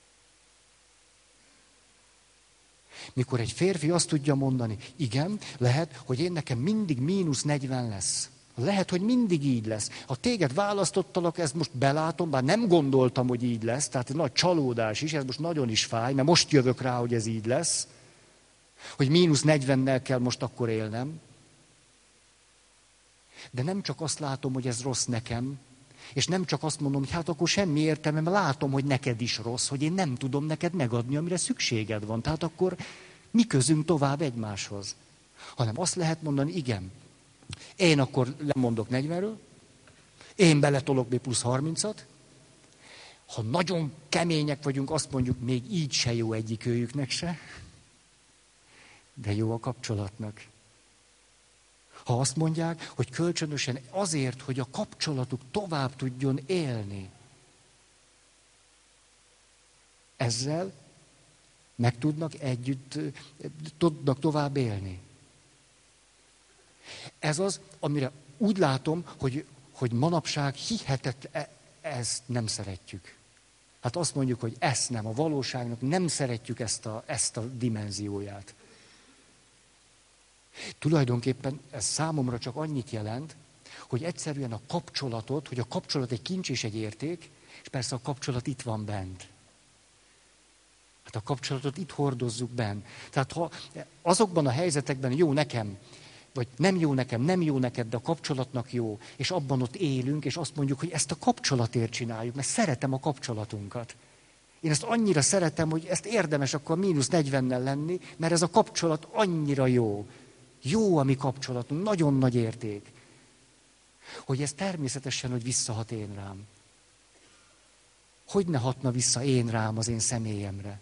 Mikor egy férfi azt tudja mondani, igen, lehet, hogy én nekem mindig mínusz 40 lesz. Lehet, hogy mindig így lesz. Ha téged választottalak, ezt most belátom, bár nem gondoltam, hogy így lesz, tehát egy nagy csalódás is, ez most nagyon is fáj, mert most jövök rá, hogy ez így lesz, hogy mínusz 40-nel kell most akkor élnem. De nem csak azt látom, hogy ez rossz nekem, És nem csak azt mondom, hogy hát akkor semmi értelme, mert látom, hogy neked is rossz, hogy én nem tudom neked megadni, amire szükséged van. Tehát akkor mi közünk tovább egymáshoz? Hanem azt lehet mondani, igen, én akkor lemondok 40-ről, én beletolok még plusz 30-at, ha nagyon kemények vagyunk, azt mondjuk, még így se jó egyikőjüknek se, de jó a kapcsolatnak. Ha azt mondják, hogy kölcsönösen azért, hogy a kapcsolatuk tovább tudjon élni, ezzel meg tudnak együtt, tudnak tovább élni. Ez az, amire úgy látom, hogy manapság hihetetlen, ezt nem szeretjük. Hát azt mondjuk, hogy ezt nem, a valóságnak nem szeretjük ezt a dimenzióját. Tulajdonképpen ez számomra csak annyit jelent, hogy egyszerűen a kapcsolatot, hogy a kapcsolat egy kincs és egy érték, és persze a kapcsolat itt van bent. Hát a kapcsolatot itt hordozzuk bent. Tehát ha azokban a helyzetekben jó nekem, vagy nem jó nekem, nem jó neked, de a kapcsolatnak jó, és abban ott élünk, és azt mondjuk, hogy ezt a kapcsolatért csináljuk, mert szeretem a kapcsolatunkat. Én ezt annyira szeretem, hogy ezt érdemes akkor mínusz 40-nel lenni, mert ez a kapcsolat annyira jó. Jó a mi kapcsolatunk, nagyon nagy érték. Hogy ez természetesen, hogy visszahat én rám. Hogy ne hatna vissza én rám, az én személyemre?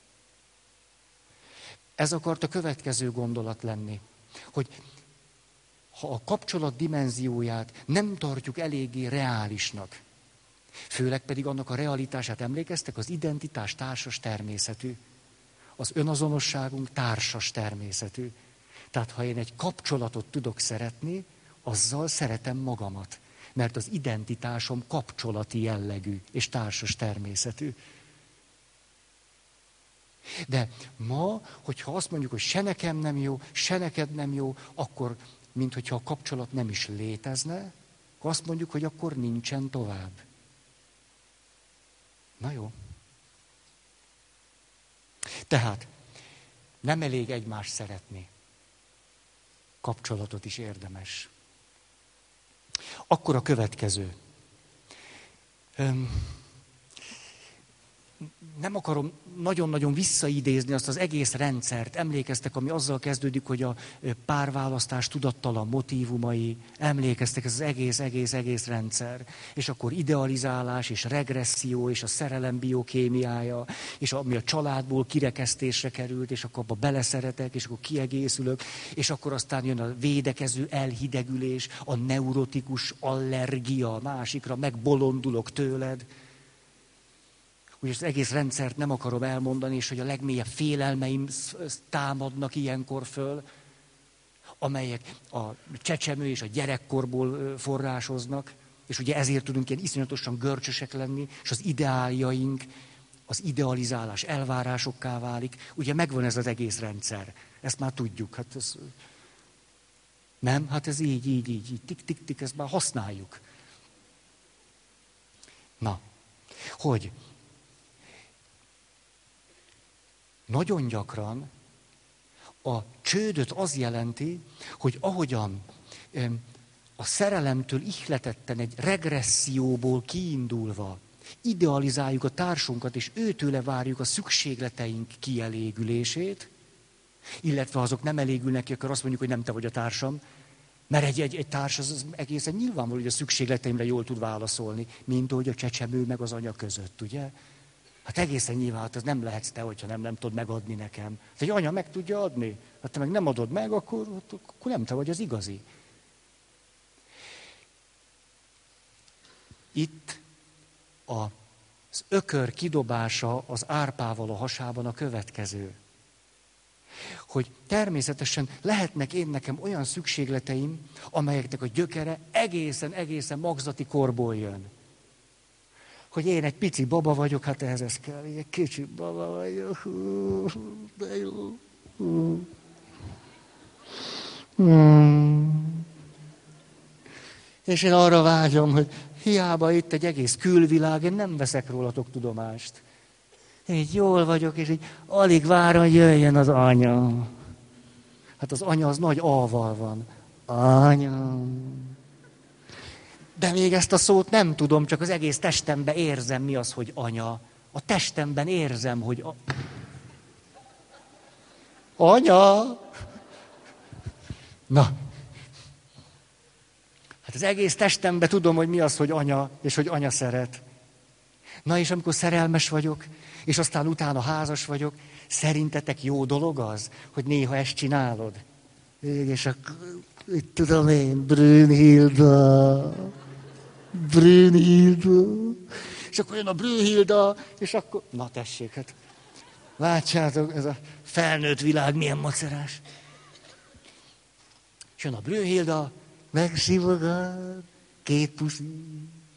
Ez akart a következő gondolat lenni, hogy ha a kapcsolat dimenzióját nem tartjuk eléggé reálisnak, főleg pedig annak a realitását emlékeztek, az identitás társas természetű, az önazonosságunk társas természetű. Tehát ha én egy kapcsolatot tudok szeretni, azzal szeretem magamat, mert az identitásom kapcsolati jellegű és társas természetű. De ma, hogyha azt mondjuk, hogy se nekem nem jó, se neked nem jó, akkor, minthogyha a kapcsolat nem is létezne, akkor azt mondjuk, hogy akkor nincsen tovább. Na jó. Tehát nem elég egymást szeretni. Kapcsolatot is érdemes. Akkor a következő. Nem akarom nagyon-nagyon visszaidézni azt az egész rendszert. Emlékeztek, ami azzal kezdődik, hogy a párválasztás tudattalan motívumai, emlékeztek, ez az egész rendszer. És akkor idealizálás, és regresszió, és a szerelem biokémiája, és ami a családból kirekesztésre került, és akkor abba beleszeretek, és akkor kiegészülök, és akkor aztán jön a védekező elhidegülés, a neurotikus allergia másikra, megbolondulok tőled. Úgyhogy az egész rendszert nem akarom elmondani, és hogy a legmélyebb félelmeim támadnak ilyenkor föl, amelyek a csecsemő és a gyerekkorból forrásoznak, és ugye ezért tudunk ilyen iszonyatosan görcsösek lenni, és az ideáljaink, az idealizálás elvárásokká válik. Ugye megvan ez az egész rendszer. Ezt már tudjuk. Hát ez, nem? Hát ez így, tik, ezt már használjuk. Na, hogy nagyon gyakran a csődöt az jelenti, hogy ahogyan a szerelemtől ihletetten egy regresszióból kiindulva idealizáljuk a társunkat, és őtőle várjuk a szükségleteink kielégülését, illetve azok nem elégülnek ki, akkor azt mondjuk, hogy nem te vagy a társam, mert egy társ az egészen nyilvánvaló, hogy a szükségleteimre jól tud válaszolni, mint ahogy a csecsemő meg az anya között, ugye? Hát egészen nyilván, hát ez nem lehetsz te, hogyha nem tudod megadni nekem. Hát egy anya meg tudja adni. Hát te meg nem adod meg, akkor nem te vagy az igazi. Itt az ökör kidobása az árpával a hasában a következő. Hogy természetesen lehetnek nekem olyan szükségleteim, amelyeknek a gyökere egészen magzati korból jön. Hogy én egy pici baba vagyok, hát ehhez ez kell, egy kicsi baba vagyok, de jó. És én arra vágyom, hogy hiába itt egy egész külvilág, én nem veszek rólatok tudomást. Én így jól vagyok, és így alig várom, hogy jöjjön az anya. Hát az anya az nagy A-val van. Anya. De még ezt a szót nem tudom, csak az egész testemben érzem, mi az, hogy anya. A testemben érzem, hogy anya! Na, hát az egész testemben tudom, hogy mi az, hogy anya, és hogy anya szeret. Na és amikor szerelmes vagyok, és aztán utána házas vagyok, szerintetek jó dolog az, hogy néha ezt csinálod? És akkor, itt tudom én, Brünnhilda. És akkor jön a Brünnhilda, és akkor, na tessék, hát látjátok, ez a felnőtt világ milyen macerás. És jön a Brünnhilda, megsimogat, 2 puszi.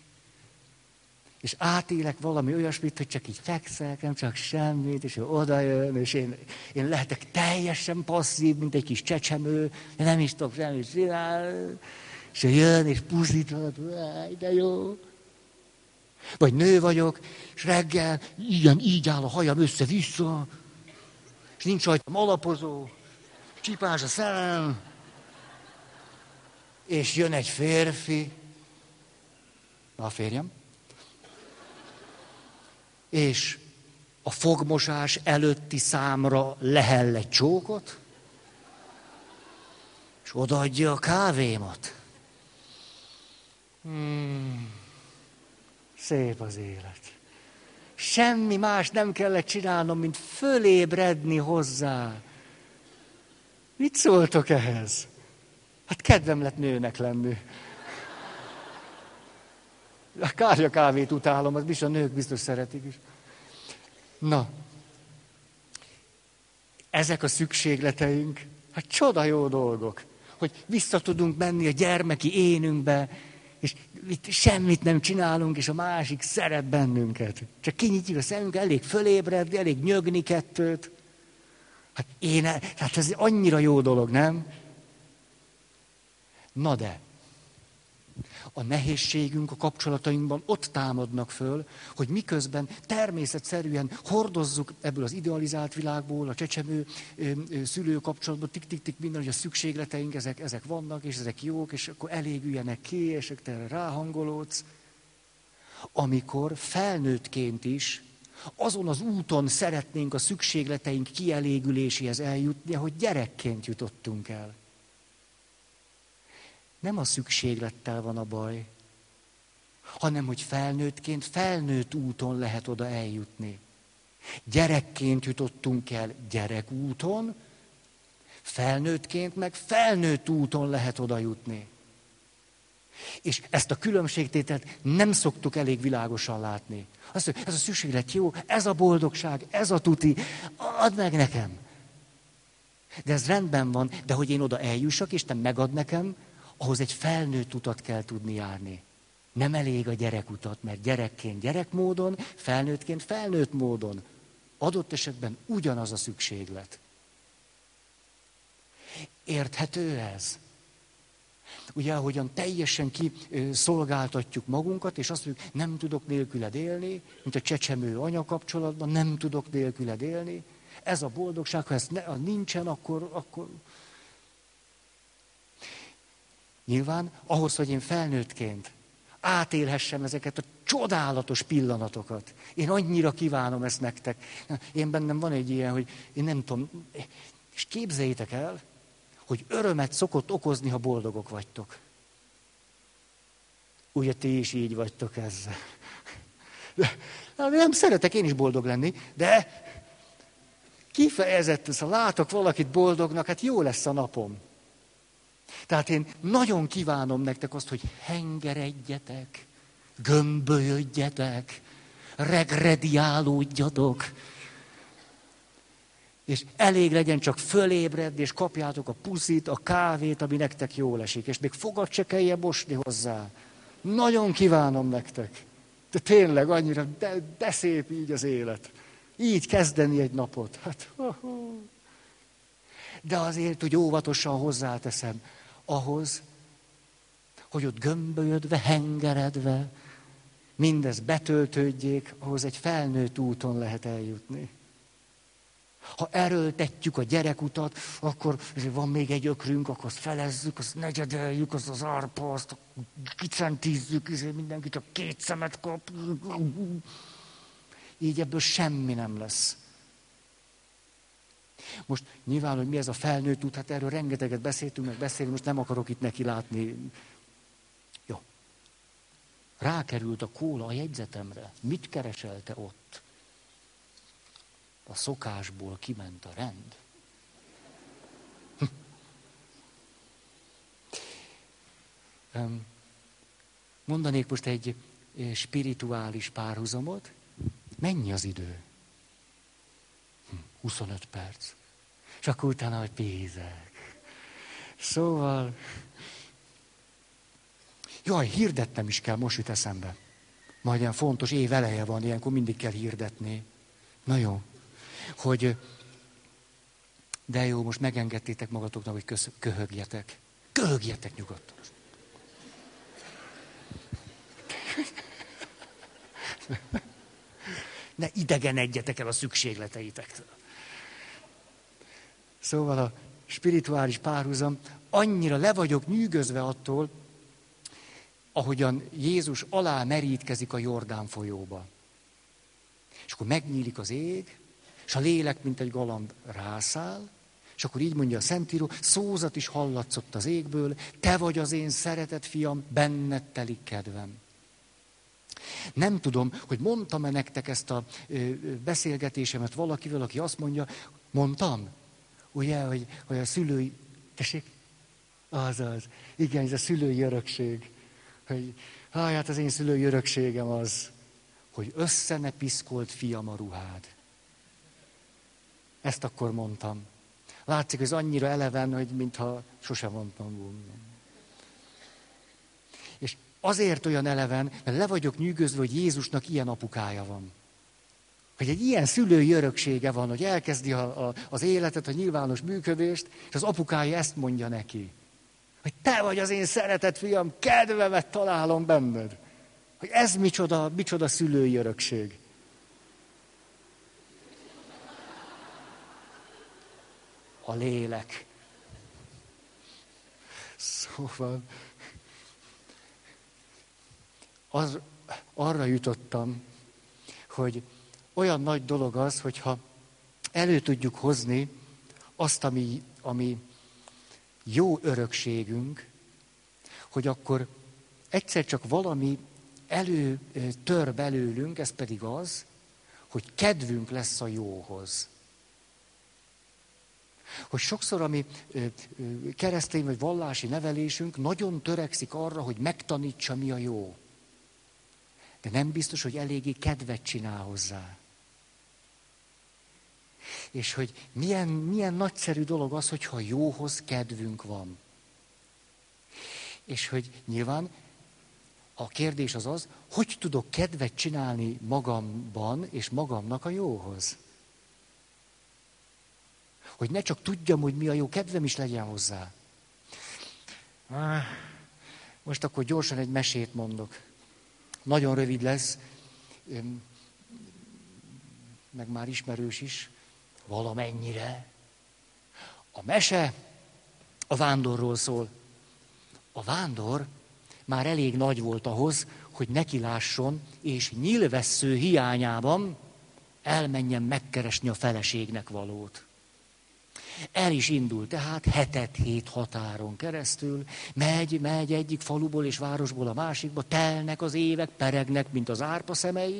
És átélek valami olyasmit, hogy csak így fekszek, nem csak semmit, és ő oda jön, és én lehetek teljesen passzív, mint egy kis csecsemő, nem is tudok semmit csinálni, és ő jön, és puszítod, de jó. Vagy nő vagyok, és reggel így áll a hajam össze-vissza, és nincs rajtam alapozó, csipás a szemem, és jön egy férfi, a férjem, és a fogmosás előtti számra lehell egy csókot, és odaadja a kávémat. Szép az élet. Semmi más nem kellett csinálnom, mint fölébredni hozzá. Mit szóltok ehhez? Hát kedvem lett nőnek lenni. A kártya kávét utálom, az biztos a nők biztos szeretik is. Na, ezek a szükségleteink, hát csoda jó dolgok, hogy vissza tudunk menni a gyermeki énünkbe, és itt semmit nem csinálunk, és a másik szeret bennünket. Csak kinyitjuk a szemünket, elég fölébredni, elég nyögni kettőt. Hát ez annyira jó dolog, nem? Na de, a nehézségünk a kapcsolatainkban ott támadnak föl, hogy miközben természetszerűen hordozzuk ebből az idealizált világból, a csecsemő szülő kapcsolatban, tik-tik-tik minden, hogy a szükségleteink, ezek vannak, és ezek jók, és akkor elégüljenek ki, és te erre ráhangolódsz. Amikor felnőttként is azon az úton szeretnénk a szükségleteink kielégüléséhez eljutni, hogy gyerekként jutottunk el. Nem a szükséglettel van a baj, hanem hogy felnőttként felnőtt úton lehet oda eljutni. Gyerekként jutottunk el gyerekúton, felnőttként meg felnőtt úton lehet oda jutni. És ezt a különbségtételt nem szoktuk elég világosan látni. Azt mondja, ez a szükséglet jó, ez a boldogság, ez a tuti, add meg nekem. De ez rendben van, de hogy én oda eljussak, és te megad nekem, ahhoz egy felnőtt utat kell tudni járni. Nem elég a gyerekutat, mert gyerekként gyerekmódon, felnőttként felnőtt módon. Adott esetben ugyanaz a szükséglet. Érthető ez? Ugye, ahogyan teljesen kiszolgáltatjuk magunkat, és azt mondjuk, nem tudok nélküled élni, mint a csecsemő anya kapcsolatban, nem tudok nélküled élni. Ez a boldogság, ha ez nincsen, akkor... Nyilván ahhoz, hogy én felnőttként átélhessem ezeket a csodálatos pillanatokat. Én annyira kívánom ezt nektek. Én bennem van egy ilyen, hogy én nem tudom, és képzeljétek el, hogy örömet szokott okozni, ha boldogok vagytok. Ugye ti is így vagytok ezzel. Nem szeretek én is boldog lenni, de kifejezetten, ha látok valakit boldognak, hát jó lesz a napom. Tehát én nagyon kívánom nektek azt, hogy hengeredjetek, gömbölyödjetek, regrediálódjatok, és elég legyen csak fölébredni, és kapjátok a puszit, a kávét, ami nektek jól esik, és még fogat se kelljen mosni hozzá. Nagyon kívánom nektek. De tényleg annyira, de szép így az élet. Így kezdeni egy napot. Hát, de azért, hogy óvatosan hozzáteszem, ahhoz, hogy ott gömbölyödve, hengeredve, mindez betöltődjék, ahhoz egy felnőtt úton lehet eljutni. Ha erőltetjük a gyerekutat, akkor van még egy ökrünk, akkor azt felezzük, azt negyedeljük, azt az árpa, azt kicentízzük, mindenki csak 2 szemet kap. Így ebből semmi nem lesz. Most nyilván, hogy mi ez a felnőtt út, hát erről rengeteget beszéltünk, meg beszélünk, most nem akarok itt neki látni. Jó. Rákerült a kóla a jegyzetemre. Mit kereselte ott? A szokásból kiment a rend. Mondanék most egy spirituális párhuzamot. Mennyi az idő? 25 perc. És akkor utána, hogy pénzek. Szóval... Jaj, hirdetnem is kell, most jut eszembe. Majd ilyen fontos, év eleje van, ilyenkor mindig kell hirdetni. Na jó. Hogy... De jó, most megengedtétek magatoknak, hogy köhögjetek. Köhögjetek nyugodtan. Ne idegenedjetek el a szükségleteitektől. Szóval a spirituális párhuzam, annyira le vagyok nyűgözve attól, ahogyan Jézus alá merítkezik a Jordán folyóba. És akkor megnyílik az ég, és a lélek, mint egy galamb rászáll, és akkor így mondja a Szentíró, szózat is hallatszott az égből, te vagy az én szeretett fiam, benned telik kedvem. Nem tudom, hogy mondtam-e nektek ezt a beszélgetésemet valakivel, aki azt mondja, mondtam? Ugye, hogy a szülői... Tessék? Azaz. Igen, ez a szülői örökség. Hogy, hát az én szülői örökségem az, hogy össze ne piszkolt fiam a ruhád. Ezt akkor mondtam. Látszik, hogy ez annyira eleven, hogy mintha sosem mondtam volna. És azért olyan eleven, mert le vagyok nyűgözve, hogy Jézusnak ilyen apukája van. Hogy egy ilyen szülői öröksége van, hogy elkezdi az életet, a nyilvános működést, és az apukája ezt mondja neki. Hogy te vagy az én szeretett fiam, kedvemet találom benned. Hogy ez micsoda szülői örökség. A lélek. Szóval arra jutottam, hogy olyan nagy dolog az, hogyha elő tudjuk hozni azt, ami jó örökségünk, hogy akkor egyszer csak valami előtör belőlünk, ez pedig az, hogy kedvünk lesz a jóhoz. Hogy sokszor a mi keresztény vagy vallási nevelésünk nagyon törekszik arra, hogy megtanítsa, mi a jó. De nem biztos, hogy eléggé kedvet csinál hozzá. És hogy milyen nagyszerű dolog az, hogyha jóhoz kedvünk van. És hogy nyilván a kérdés az, hogy tudok kedvet csinálni magamban és magamnak a jóhoz. Hogy ne csak tudjam, hogy mi a jó, kedvem is legyen hozzá. Most akkor gyorsan egy mesét mondok. Nagyon rövid lesz, meg már ismerős is, valamennyire. A mese a vándorról szól. A vándor már elég nagy volt ahhoz, hogy nekilásson, és nyilvessző hiányában elmenjen megkeresni a feleségnek valót. El is indul, tehát 7 határon keresztül, megy egyik faluból és városból a másikba, telnek az évek, peregnek, mint az árpa szemei,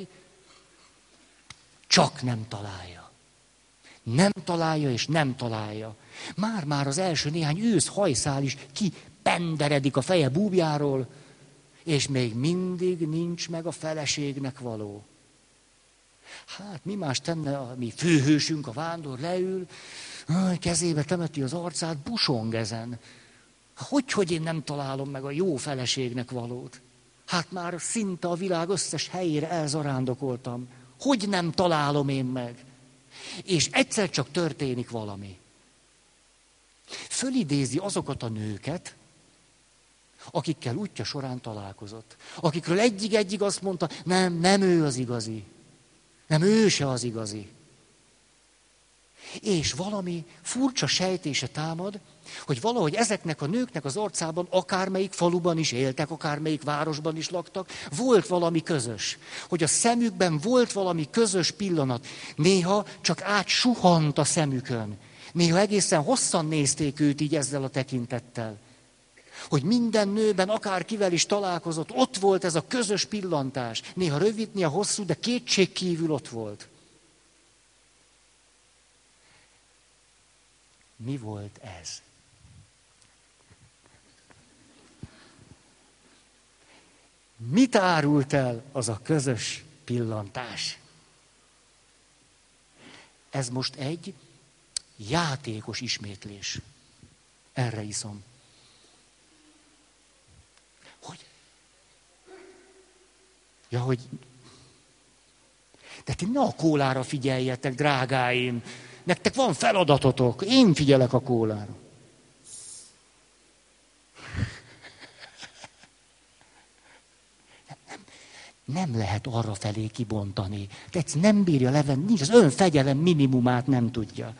csak nem találja. Nem találja és nem találja. Már az első néhány ősz hajszál is kipenderedik a feje búbjáról, és még mindig nincs meg a feleségnek való. Hát mi más tenne a mi főhősünk, a vándor leül, kezébe temeti az arcát, busong ezen. Hogy én nem találom meg a jó feleségnek valót? Hát már szinte a világ összes helyére elzarándokoltam. Hogy nem találom én meg? És egyszer csak történik valami. Fölidézi azokat a nőket, akikkel útja során találkozott. Akikről egyig azt mondta, nem ő az igazi. Nem ő se az igazi. És valami furcsa sejtése támad, hogy valahogy ezeknek a nőknek az arcában, akármelyik faluban is éltek, akármelyik városban is laktak, volt valami közös. Hogy a szemükben volt valami közös pillanat. Néha csak átsuhant a szemükön. Néha egészen hosszan nézték őt így ezzel a tekintettel. Hogy minden nőben, akárkivel is találkozott, ott volt ez a közös pillantás. Néha rövid, néha hosszú, de kétségkívül ott volt. Mi volt ez? Mit árult el az a közös pillantás? Ez most egy játékos ismétlés. Erre iszom. Hogy? Ja, hogy... De ti ne a kólára figyeljetek, drágáim. Nektek van feladatotok. Én figyelek a kólára. Nem lehet arra felé kibontani. De nem bírja levenni, nincs az önfegyelem minimumát nem tudja.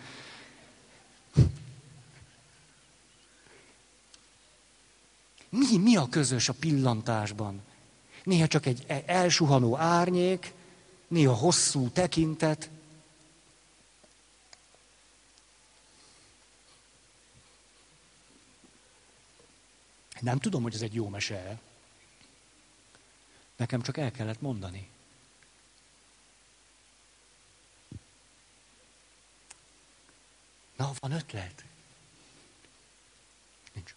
Mi a közös a pillantásban? Néha csak egy elsuhanó árnyék, néha hosszú tekintet. Nem tudom, hogy ez egy jó mese. Nekem csak el kellett mondani. Na, van ötlet? Nincs.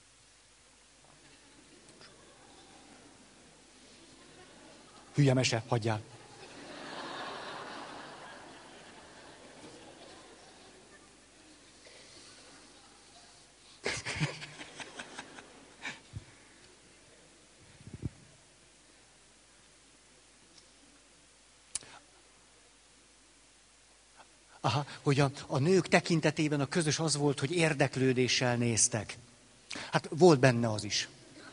Hülye mese, hagyjál. Aha, hogy a nők tekintetében a közös az volt, hogy érdeklődéssel néztek. Hát volt benne az is.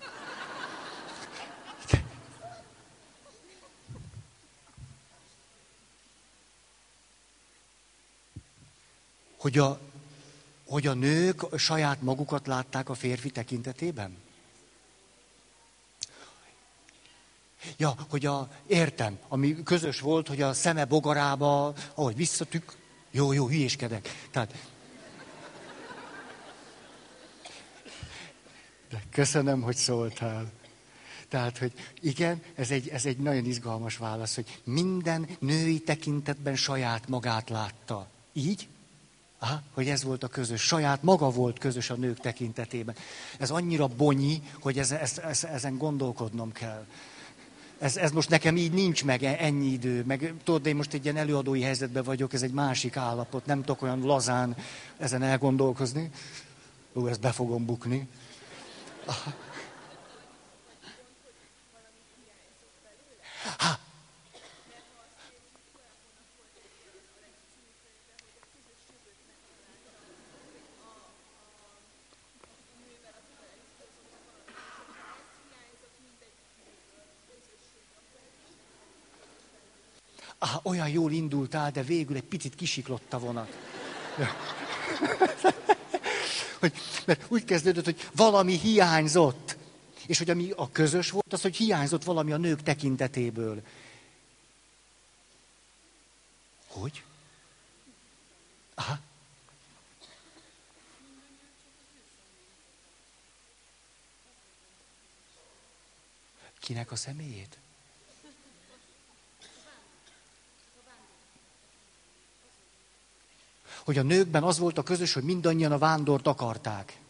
Hogy a nők saját magukat látták a férfi tekintetében? Ja, értem, ami közös volt, hogy a szeme bogarába, ahogy visszatük, jó, hülyéskedek. De köszönöm, hogy szóltál. Tehát, hogy igen, ez egy nagyon izgalmas válasz, hogy minden női tekintetben saját magát látta. Így? Aha, hogy ez volt a közös. Saját maga volt közös a nők tekintetében. Ez annyira bonyi, hogy ezen gondolkodnom kell. Ez most nekem így nincs meg ennyi idő. Meg tudod, én most egy ilyen előadói helyzetben vagyok, ez egy másik állapot. Nem tudok olyan lazán ezen elgondolkozni. Ezt be fogom bukni. Olyan jól indultál, de végül egy picit kisiklott a vonat. Mert úgy kezdődött, hogy valami hiányzott. És hogy ami a közös volt, az, hogy hiányzott valami a nők tekintetéből. Hogy? Aha. Kinek a személyét? Hogy a nőkben az volt a közös, hogy mindannyian a vándort akarták.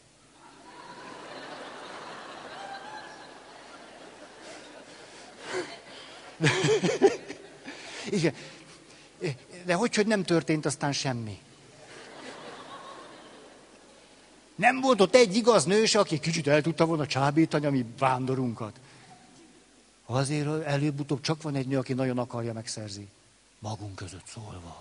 Igen. De hogy nem történt aztán semmi. Nem volt ott egy igaz nős, aki kicsit el tudta volna csábítani a mi vándorunkat. Azért előbb-utóbb csak van egy nő, aki nagyon akarja megszerzi. Magunk között szólva.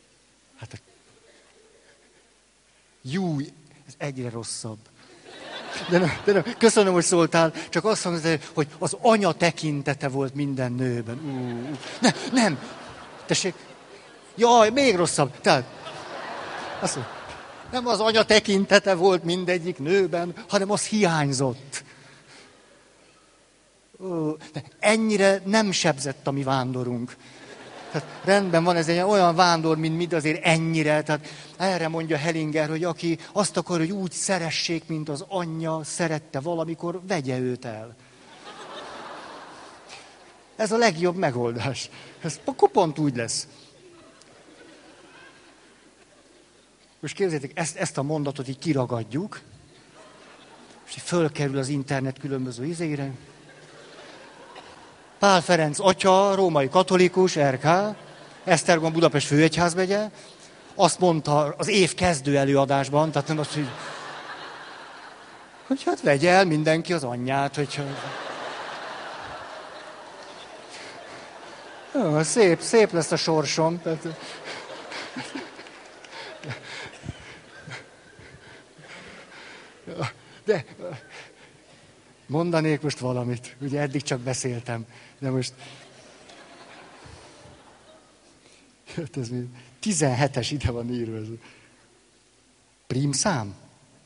Hát, ez egyre rosszabb. De nem. Köszönöm, hogy szóltál, csak azt mondod, hogy az anya tekintete volt minden nőben. Nem. Tessék. Jaj, még rosszabb. Tehát, azt mondja, nem az anya tekintete volt mindegyik nőben, hanem az hiányzott. De ennyire nem sebzett a mi vándorunk. Tehát rendben van, ez egy olyan vándor, mint mi, azért ennyire. Tehát erre mondja Hellinger, hogy aki azt akar, hogy úgy szeressék, mint az anyja szerette valamikor, vegye őt el. Ez a legjobb megoldás. Ez akkor pont úgy lesz. Most képzeljétek, ezt a mondatot így kiragadjuk, és így fölkerül az internet különböző izére. Pál Ferenc atya, római katolikus, RK, Esztergom Budapest főegyházmegye, azt mondta az év kezdő előadásban, tehát nem azt, hogy hát vegye el mindenki az anyját, hogyha... Jó, szép lesz a sorsom. Tehát... De mondanék most valamit, ugye eddig csak beszéltem, de most... Ez 17-es ide van írva. Prímszám?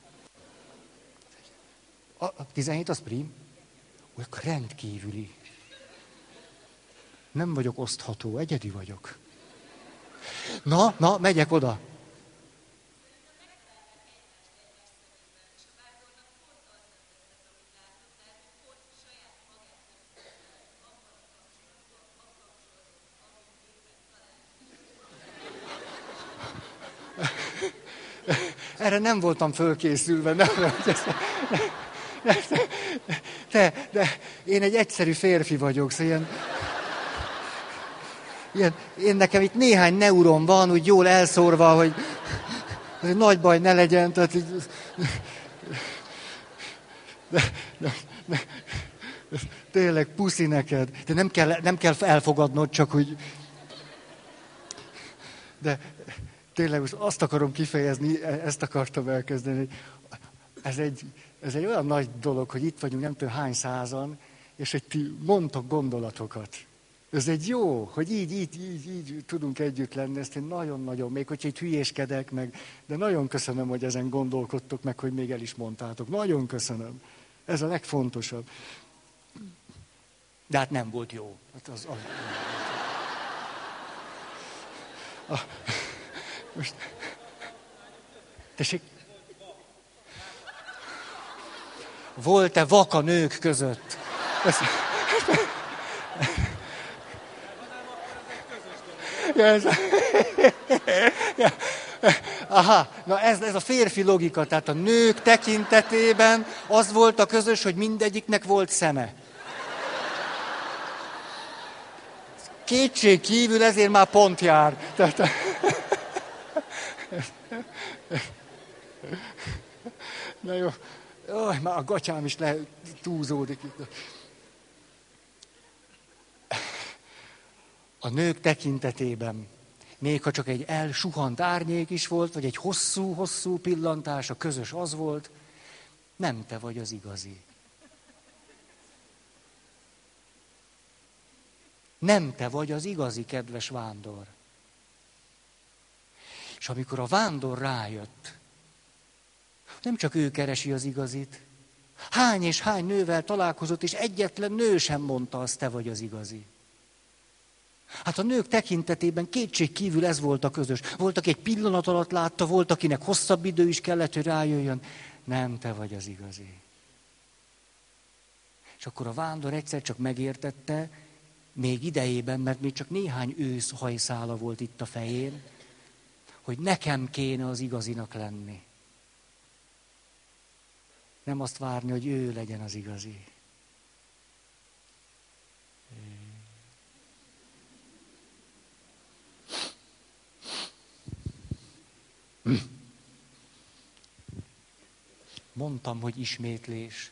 A 17 az prím? Úgy, akkor rendkívüli. Nem vagyok osztható, egyedi vagyok. Na, megyek oda. Erre nem voltam fölkészülve. De én egy egyszerű férfi vagyok, szóval én nekem itt néhány neuron van, úgy jól elszórva, hogy nagy baj ne legyen. Tehát így, tényleg puszi neked. De nem kell elfogadnod, csak hogy... De tényleg most azt akarom kifejezni, ezt akartam elkezdeni. Ez egy olyan nagy dolog, hogy itt vagyunk nem tudom hány százan, és hogy ti mondtok gondolatokat. Ez egy jó, hogy így tudunk együtt lenni, ezt én nagyon-nagyon, még hogyha itt hülyéskedek meg, de nagyon köszönöm, hogy ezen gondolkodtok meg, hogy még el is mondtátok. Nagyon köszönöm. Ez a legfontosabb. De hát nem volt jó. Hát most... Tessék? Volt-e vak a nők között? Aha, na ez a férfi logika, tehát a nők tekintetében az volt a közös, hogy mindegyiknek volt szeme. Kétség kívül ezért már pont jár. Tehát... Na jó, már a gatyám is túlzódik itt. A nők tekintetében, még ha csak egy elsuhant árnyék is volt, vagy egy hosszú pillantás, a közös az volt, nem te vagy az igazi. Nem te vagy az igazi, kedves vándor. És amikor a vándor rájött, nem csak ő keresi az igazit, hány és hány nővel találkozott, és egyetlen nő sem mondta azt, te vagy az igazi. Hát a nők tekintetében kétség kívül ez volt a közös. Volt, aki egy pillanat alatt látta, volt, akinek hosszabb idő is kellett, hogy rájöjjön, nem te vagy az igazi. És akkor a vándor egyszer csak megértette, még idejében, mert még csak néhány ősz hajszála volt itt a fején, hogy nekem kéne az igazinak lenni. Nem azt várni, hogy ő legyen az igazi. Mondtam, hogy ismétlés.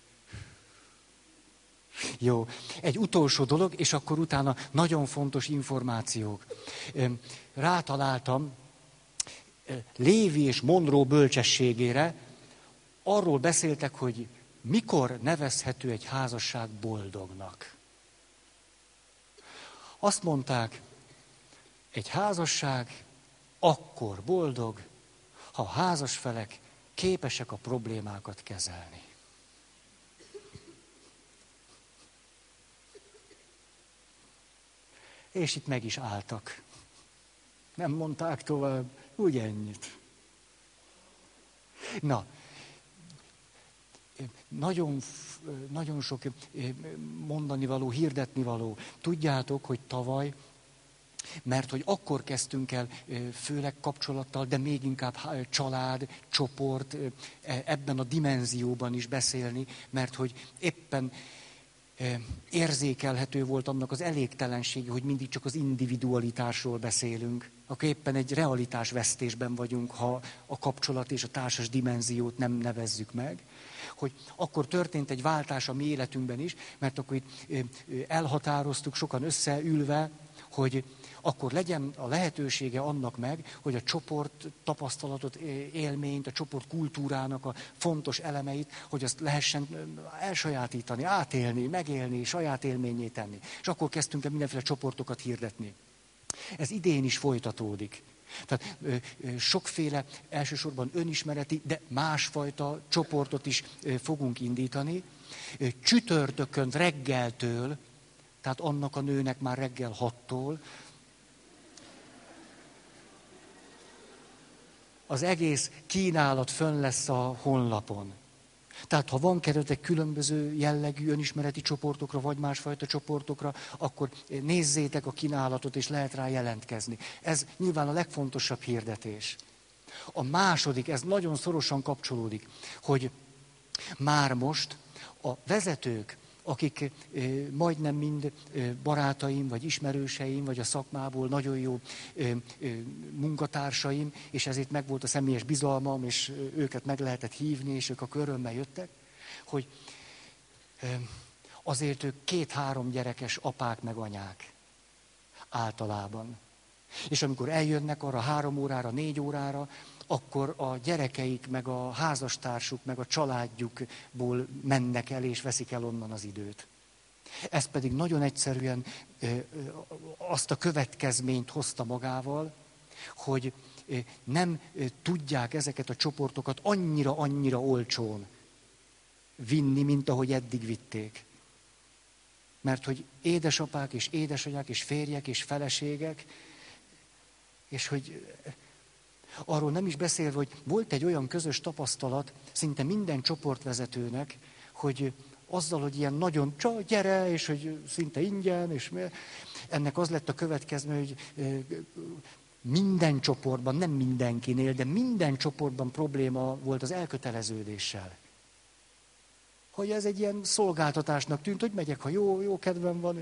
Jó, egy utolsó dolog, és akkor utána nagyon fontos információk. Rátaláltam Lévi és Monroe bölcsességére, arról beszéltek, hogy Mikor nevezhető egy házasság boldognak? Azt mondták, egy házasság akkor boldog, ha a házasfelek képesek a problémákat kezelni. És itt meg is álltak. Nem mondták tovább, úgy ennyit. Na, nagyon sok mondani való, hirdetni való. Tudjátok, hogy tavaly, mert hogy akkor kezdtünk el főleg kapcsolattal, de még inkább család, csoport, ebben a dimenzióban is beszélni, mert hogy éppen érzékelhető volt annak az elégtelensége, hogy mindig csak az individualitásról beszélünk. Akkor éppen egy realitásvesztésben vagyunk, ha a kapcsolat és a társas dimenziót nem nevezzük meg. Hogy akkor történt egy váltás a mi életünkben is, mert akkor itt elhatároztuk sokan összeülve, hogy akkor legyen a lehetősége annak meg, hogy a csoport tapasztalatot, élményt, a csoport kultúrának a fontos elemeit, hogy azt lehessen elsajátítani, átélni, megélni, saját élményé tenni. És akkor kezdtünk el mindenféle csoportokat hirdetni. Ez idén is folytatódik. Tehát sokféle, elsősorban önismereti, de másfajta csoportot is fogunk indítani. Csütörtökön reggeltől, tehát annak a nőnek már reggel 6-tól, az egész kínálat fönn lesz a honlapon. Tehát ha van keretek különböző jellegű önismereti csoportokra, vagy másfajta csoportokra, akkor nézzétek a kínálatot, és lehet rá jelentkezni. Ez nyilván a legfontosabb hirdetés. A második, ez nagyon szorosan kapcsolódik, hogy már most a vezetők, akik majdnem mind barátaim, vagy ismerőseim, vagy a szakmából nagyon jó munkatársaim, és ezért megvolt a személyes bizalmam, és őket meg lehetett hívni, és ők a körömmel jöttek, hogy azért ők 2-3 gyerekes apák meg anyák általában. És amikor eljönnek arra 3 órára, 4 órára, akkor a gyerekeik, meg a házastársuk, meg a családjukból mennek el, és veszik el onnan az időt. Ez pedig nagyon egyszerűen azt a következményt hozta magával, hogy nem tudják ezeket a csoportokat annyira olcsón vinni, mint ahogy eddig vitték. Mert hogy édesapák és édesanyák és férjek és feleségek, és hogy arról nem is beszélve, hogy volt egy olyan közös tapasztalat szinte minden csoportvezetőnek, hogy azzal, hogy ilyen nagyon gyere, és hogy szinte ingyen, és ennek az lett a következmény, hogy minden csoportban, nem mindenkinél, de minden csoportban probléma volt az elköteleződéssel. Hogy ez egy ilyen szolgáltatásnak tűnt, hogy megyek, ha jó kedvem van,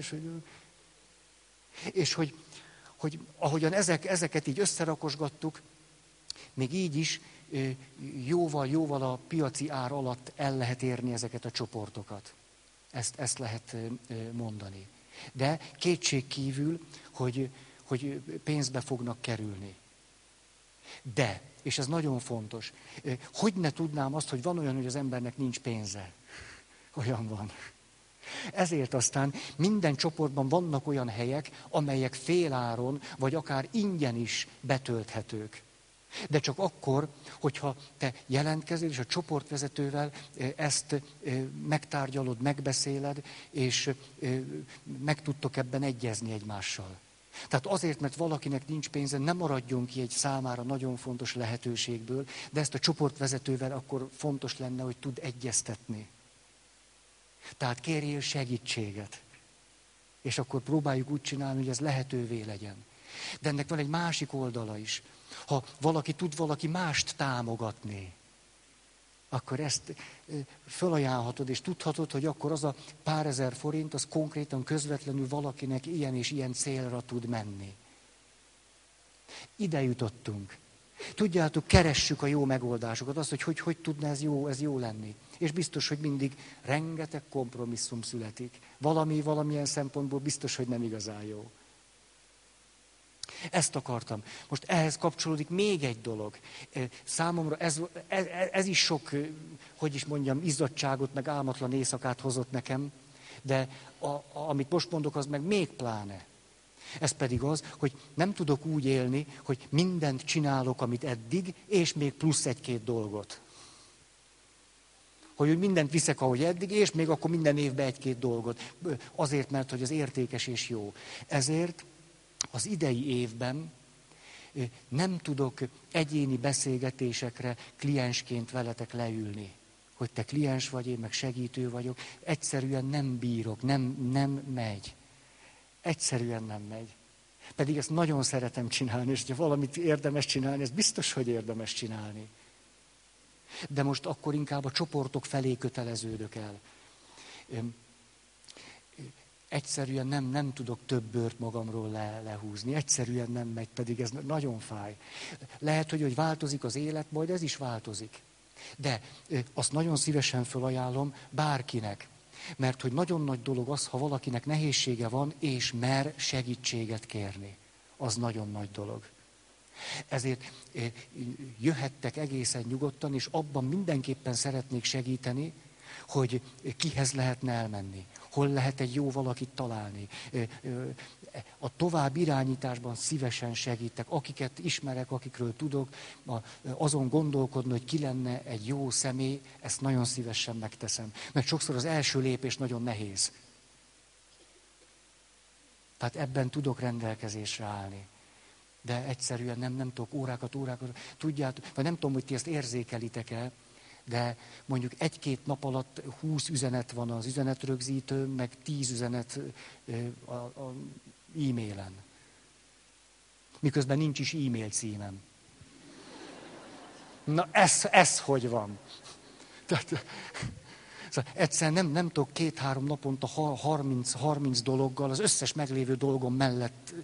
és hogy ahogyan ezeket így összerakosgattuk, még így is jóval a piaci ár alatt el lehet érni ezeket a csoportokat. Ezt lehet mondani. De kétség kívül, hogy pénzbe fognak kerülni. De, és ez nagyon fontos, hogy ne tudnám azt, hogy van olyan, hogy az embernek nincs pénze. Olyan van. Ezért aztán minden csoportban vannak olyan helyek, amelyek féláron, vagy akár ingyen is betölthetők. De csak akkor, hogyha te jelentkezel, és a csoportvezetővel ezt megtárgyalod, megbeszéled, és meg tudtok ebben egyezni egymással. Tehát azért, mert valakinek nincs pénze, nem maradjon ki egy számára nagyon fontos lehetőségből, de ezt a csoportvezetővel akkor fontos lenne, hogy tud egyeztetni. Tehát kérjél segítséget. És akkor próbáljuk úgy csinálni, hogy ez lehetővé legyen. De ennek van egy másik oldala is. Ha valaki tud valaki mást támogatni, akkor ezt felajánlhatod, és tudhatod, hogy akkor az a pár ezer forint, az konkrétan közvetlenül valakinek ilyen és ilyen célra tud menni. Ide jutottunk. Tudjátok, keressük a jó megoldásokat, azt, hogy tudna ez jó lenni. És biztos, hogy mindig rengeteg kompromisszum születik. Valamilyen szempontból biztos, hogy nem igazán jó. Ezt akartam. Most ehhez kapcsolódik még egy dolog. Számomra ez is sok, hogy is mondjam, izzadtságot, meg álmatlan éjszakát hozott nekem, de amit most mondok, az meg még pláne. Ez pedig az, hogy nem tudok úgy élni, hogy mindent csinálok, amit eddig, és még plusz egy-két dolgot. Hogy mindent viszek, ahogy eddig, és még akkor minden évben egy-két dolgot. Azért, mert hogy az értékes és jó. Ezért az idei évben nem tudok egyéni beszélgetésekre kliensként veletek leülni. Hogy te kliens vagy, én meg segítő vagyok. Egyszerűen nem bírok, nem megy. Egyszerűen nem megy. Pedig ezt nagyon szeretem csinálni, és ha valamit érdemes csinálni, ez biztos, hogy érdemes csinálni. De most akkor inkább a csoportok felé köteleződök el. Egyszerűen nem tudok több bőrt magamról lehúzni. Egyszerűen nem megy, pedig ez nagyon fáj. Lehet, hogy változik az élet, majd ez is változik. De azt nagyon szívesen felajánlom bárkinek. Mert hogy nagyon nagy dolog az, ha valakinek nehézsége van, és mer segítséget kérni. Az nagyon nagy dolog. Ezért jöhettek egészen nyugodtan, és abban mindenképpen szeretnék segíteni, hogy kihez lehetne elmenni, hol lehet egy jó valakit találni. A tovább irányításban szívesen segítek, akiket ismerek, akikről tudok, azon gondolkodni, hogy ki lenne egy jó személy, ezt nagyon szívesen megteszem. Mert sokszor az első lépés nagyon nehéz. Tehát ebben tudok rendelkezésre állni. De egyszerűen nem tudok órákat. Tudjátok, vagy nem tudom, hogy ti ezt érzékelitek-e, de mondjuk 1-2 nap alatt 20 üzenet van az üzenetrögzítőn, meg 10 üzenet a e-mailen. Miközben nincs is e-mail címem. Na ez hogy van? Tehát, szóval egyszerűen nem tudok 2-3 naponta 30 dologgal, az összes meglévő dolgom mellett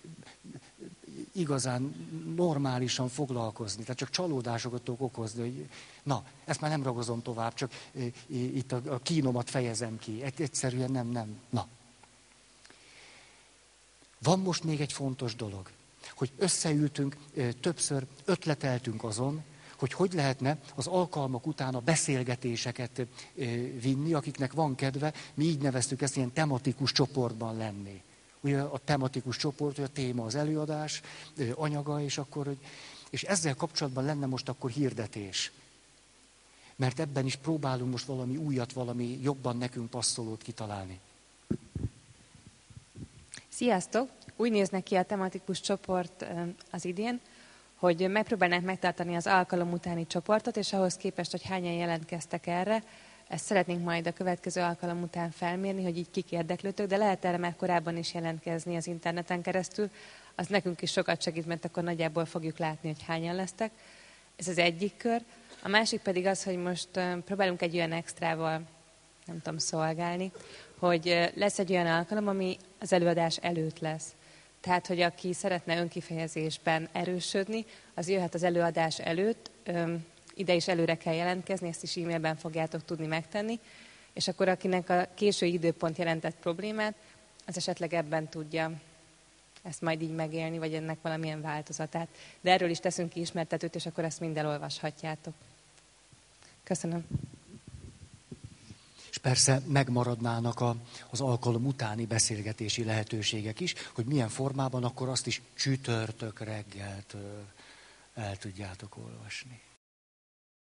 igazán normálisan foglalkozni. Tehát csak csalódásokat tudok okozni, hogy na, ezt már nem ragozom tovább, csak itt a kínomat fejezem ki. Egyszerűen nem. Na. Van most még egy fontos dolog, hogy összeültünk, többször ötleteltünk azon, hogy lehetne az alkalmak után a beszélgetéseket vinni, akiknek van kedve, mi így neveztük ezt, ilyen tematikus csoportban lenni. Ugye a tematikus csoport, hogy a téma az előadás, anyaga, és ezzel kapcsolatban lenne most akkor hirdetés. Mert ebben is próbálunk most valami újat, valami jobban nekünk passzolót kitalálni. Sziasztok! Úgy néznek ki a tematikus csoport az idén, hogy megpróbálnánk megtartani az alkalom utáni csoportot, és ahhoz képest, hogy hányan jelentkeztek erre, ezt szeretnénk majd a következő alkalom után felmérni, hogy így kik érdeklődtök, de lehet erre már korábban is jelentkezni az interneten keresztül. Az nekünk is sokat segít, mert akkor nagyjából fogjuk látni, hogy hányan lesztek. Ez az egyik kör. A másik pedig az, hogy most próbálunk egy olyan extrával, nem tudom, szolgálni, hogy lesz egy olyan alkalom, ami az előadás előtt lesz. Tehát, hogy aki szeretne önkifejezésben erősödni, az jöhet az előadás előtt, ide is előre kell jelentkezni, ezt is e-mailben fogjátok tudni megtenni, és akkor akinek a késői időpont jelentett problémát, az esetleg ebben tudja ezt majd így megélni, vagy ennek valamilyen változatát. De erről is teszünk ki ismertetőt, és akkor ezt mind elolvashatjátok. Köszönöm. És persze megmaradnának az alkalom utáni beszélgetési lehetőségek is, hogy milyen formában, akkor azt is csütörtök reggeltől el tudjátok olvasni.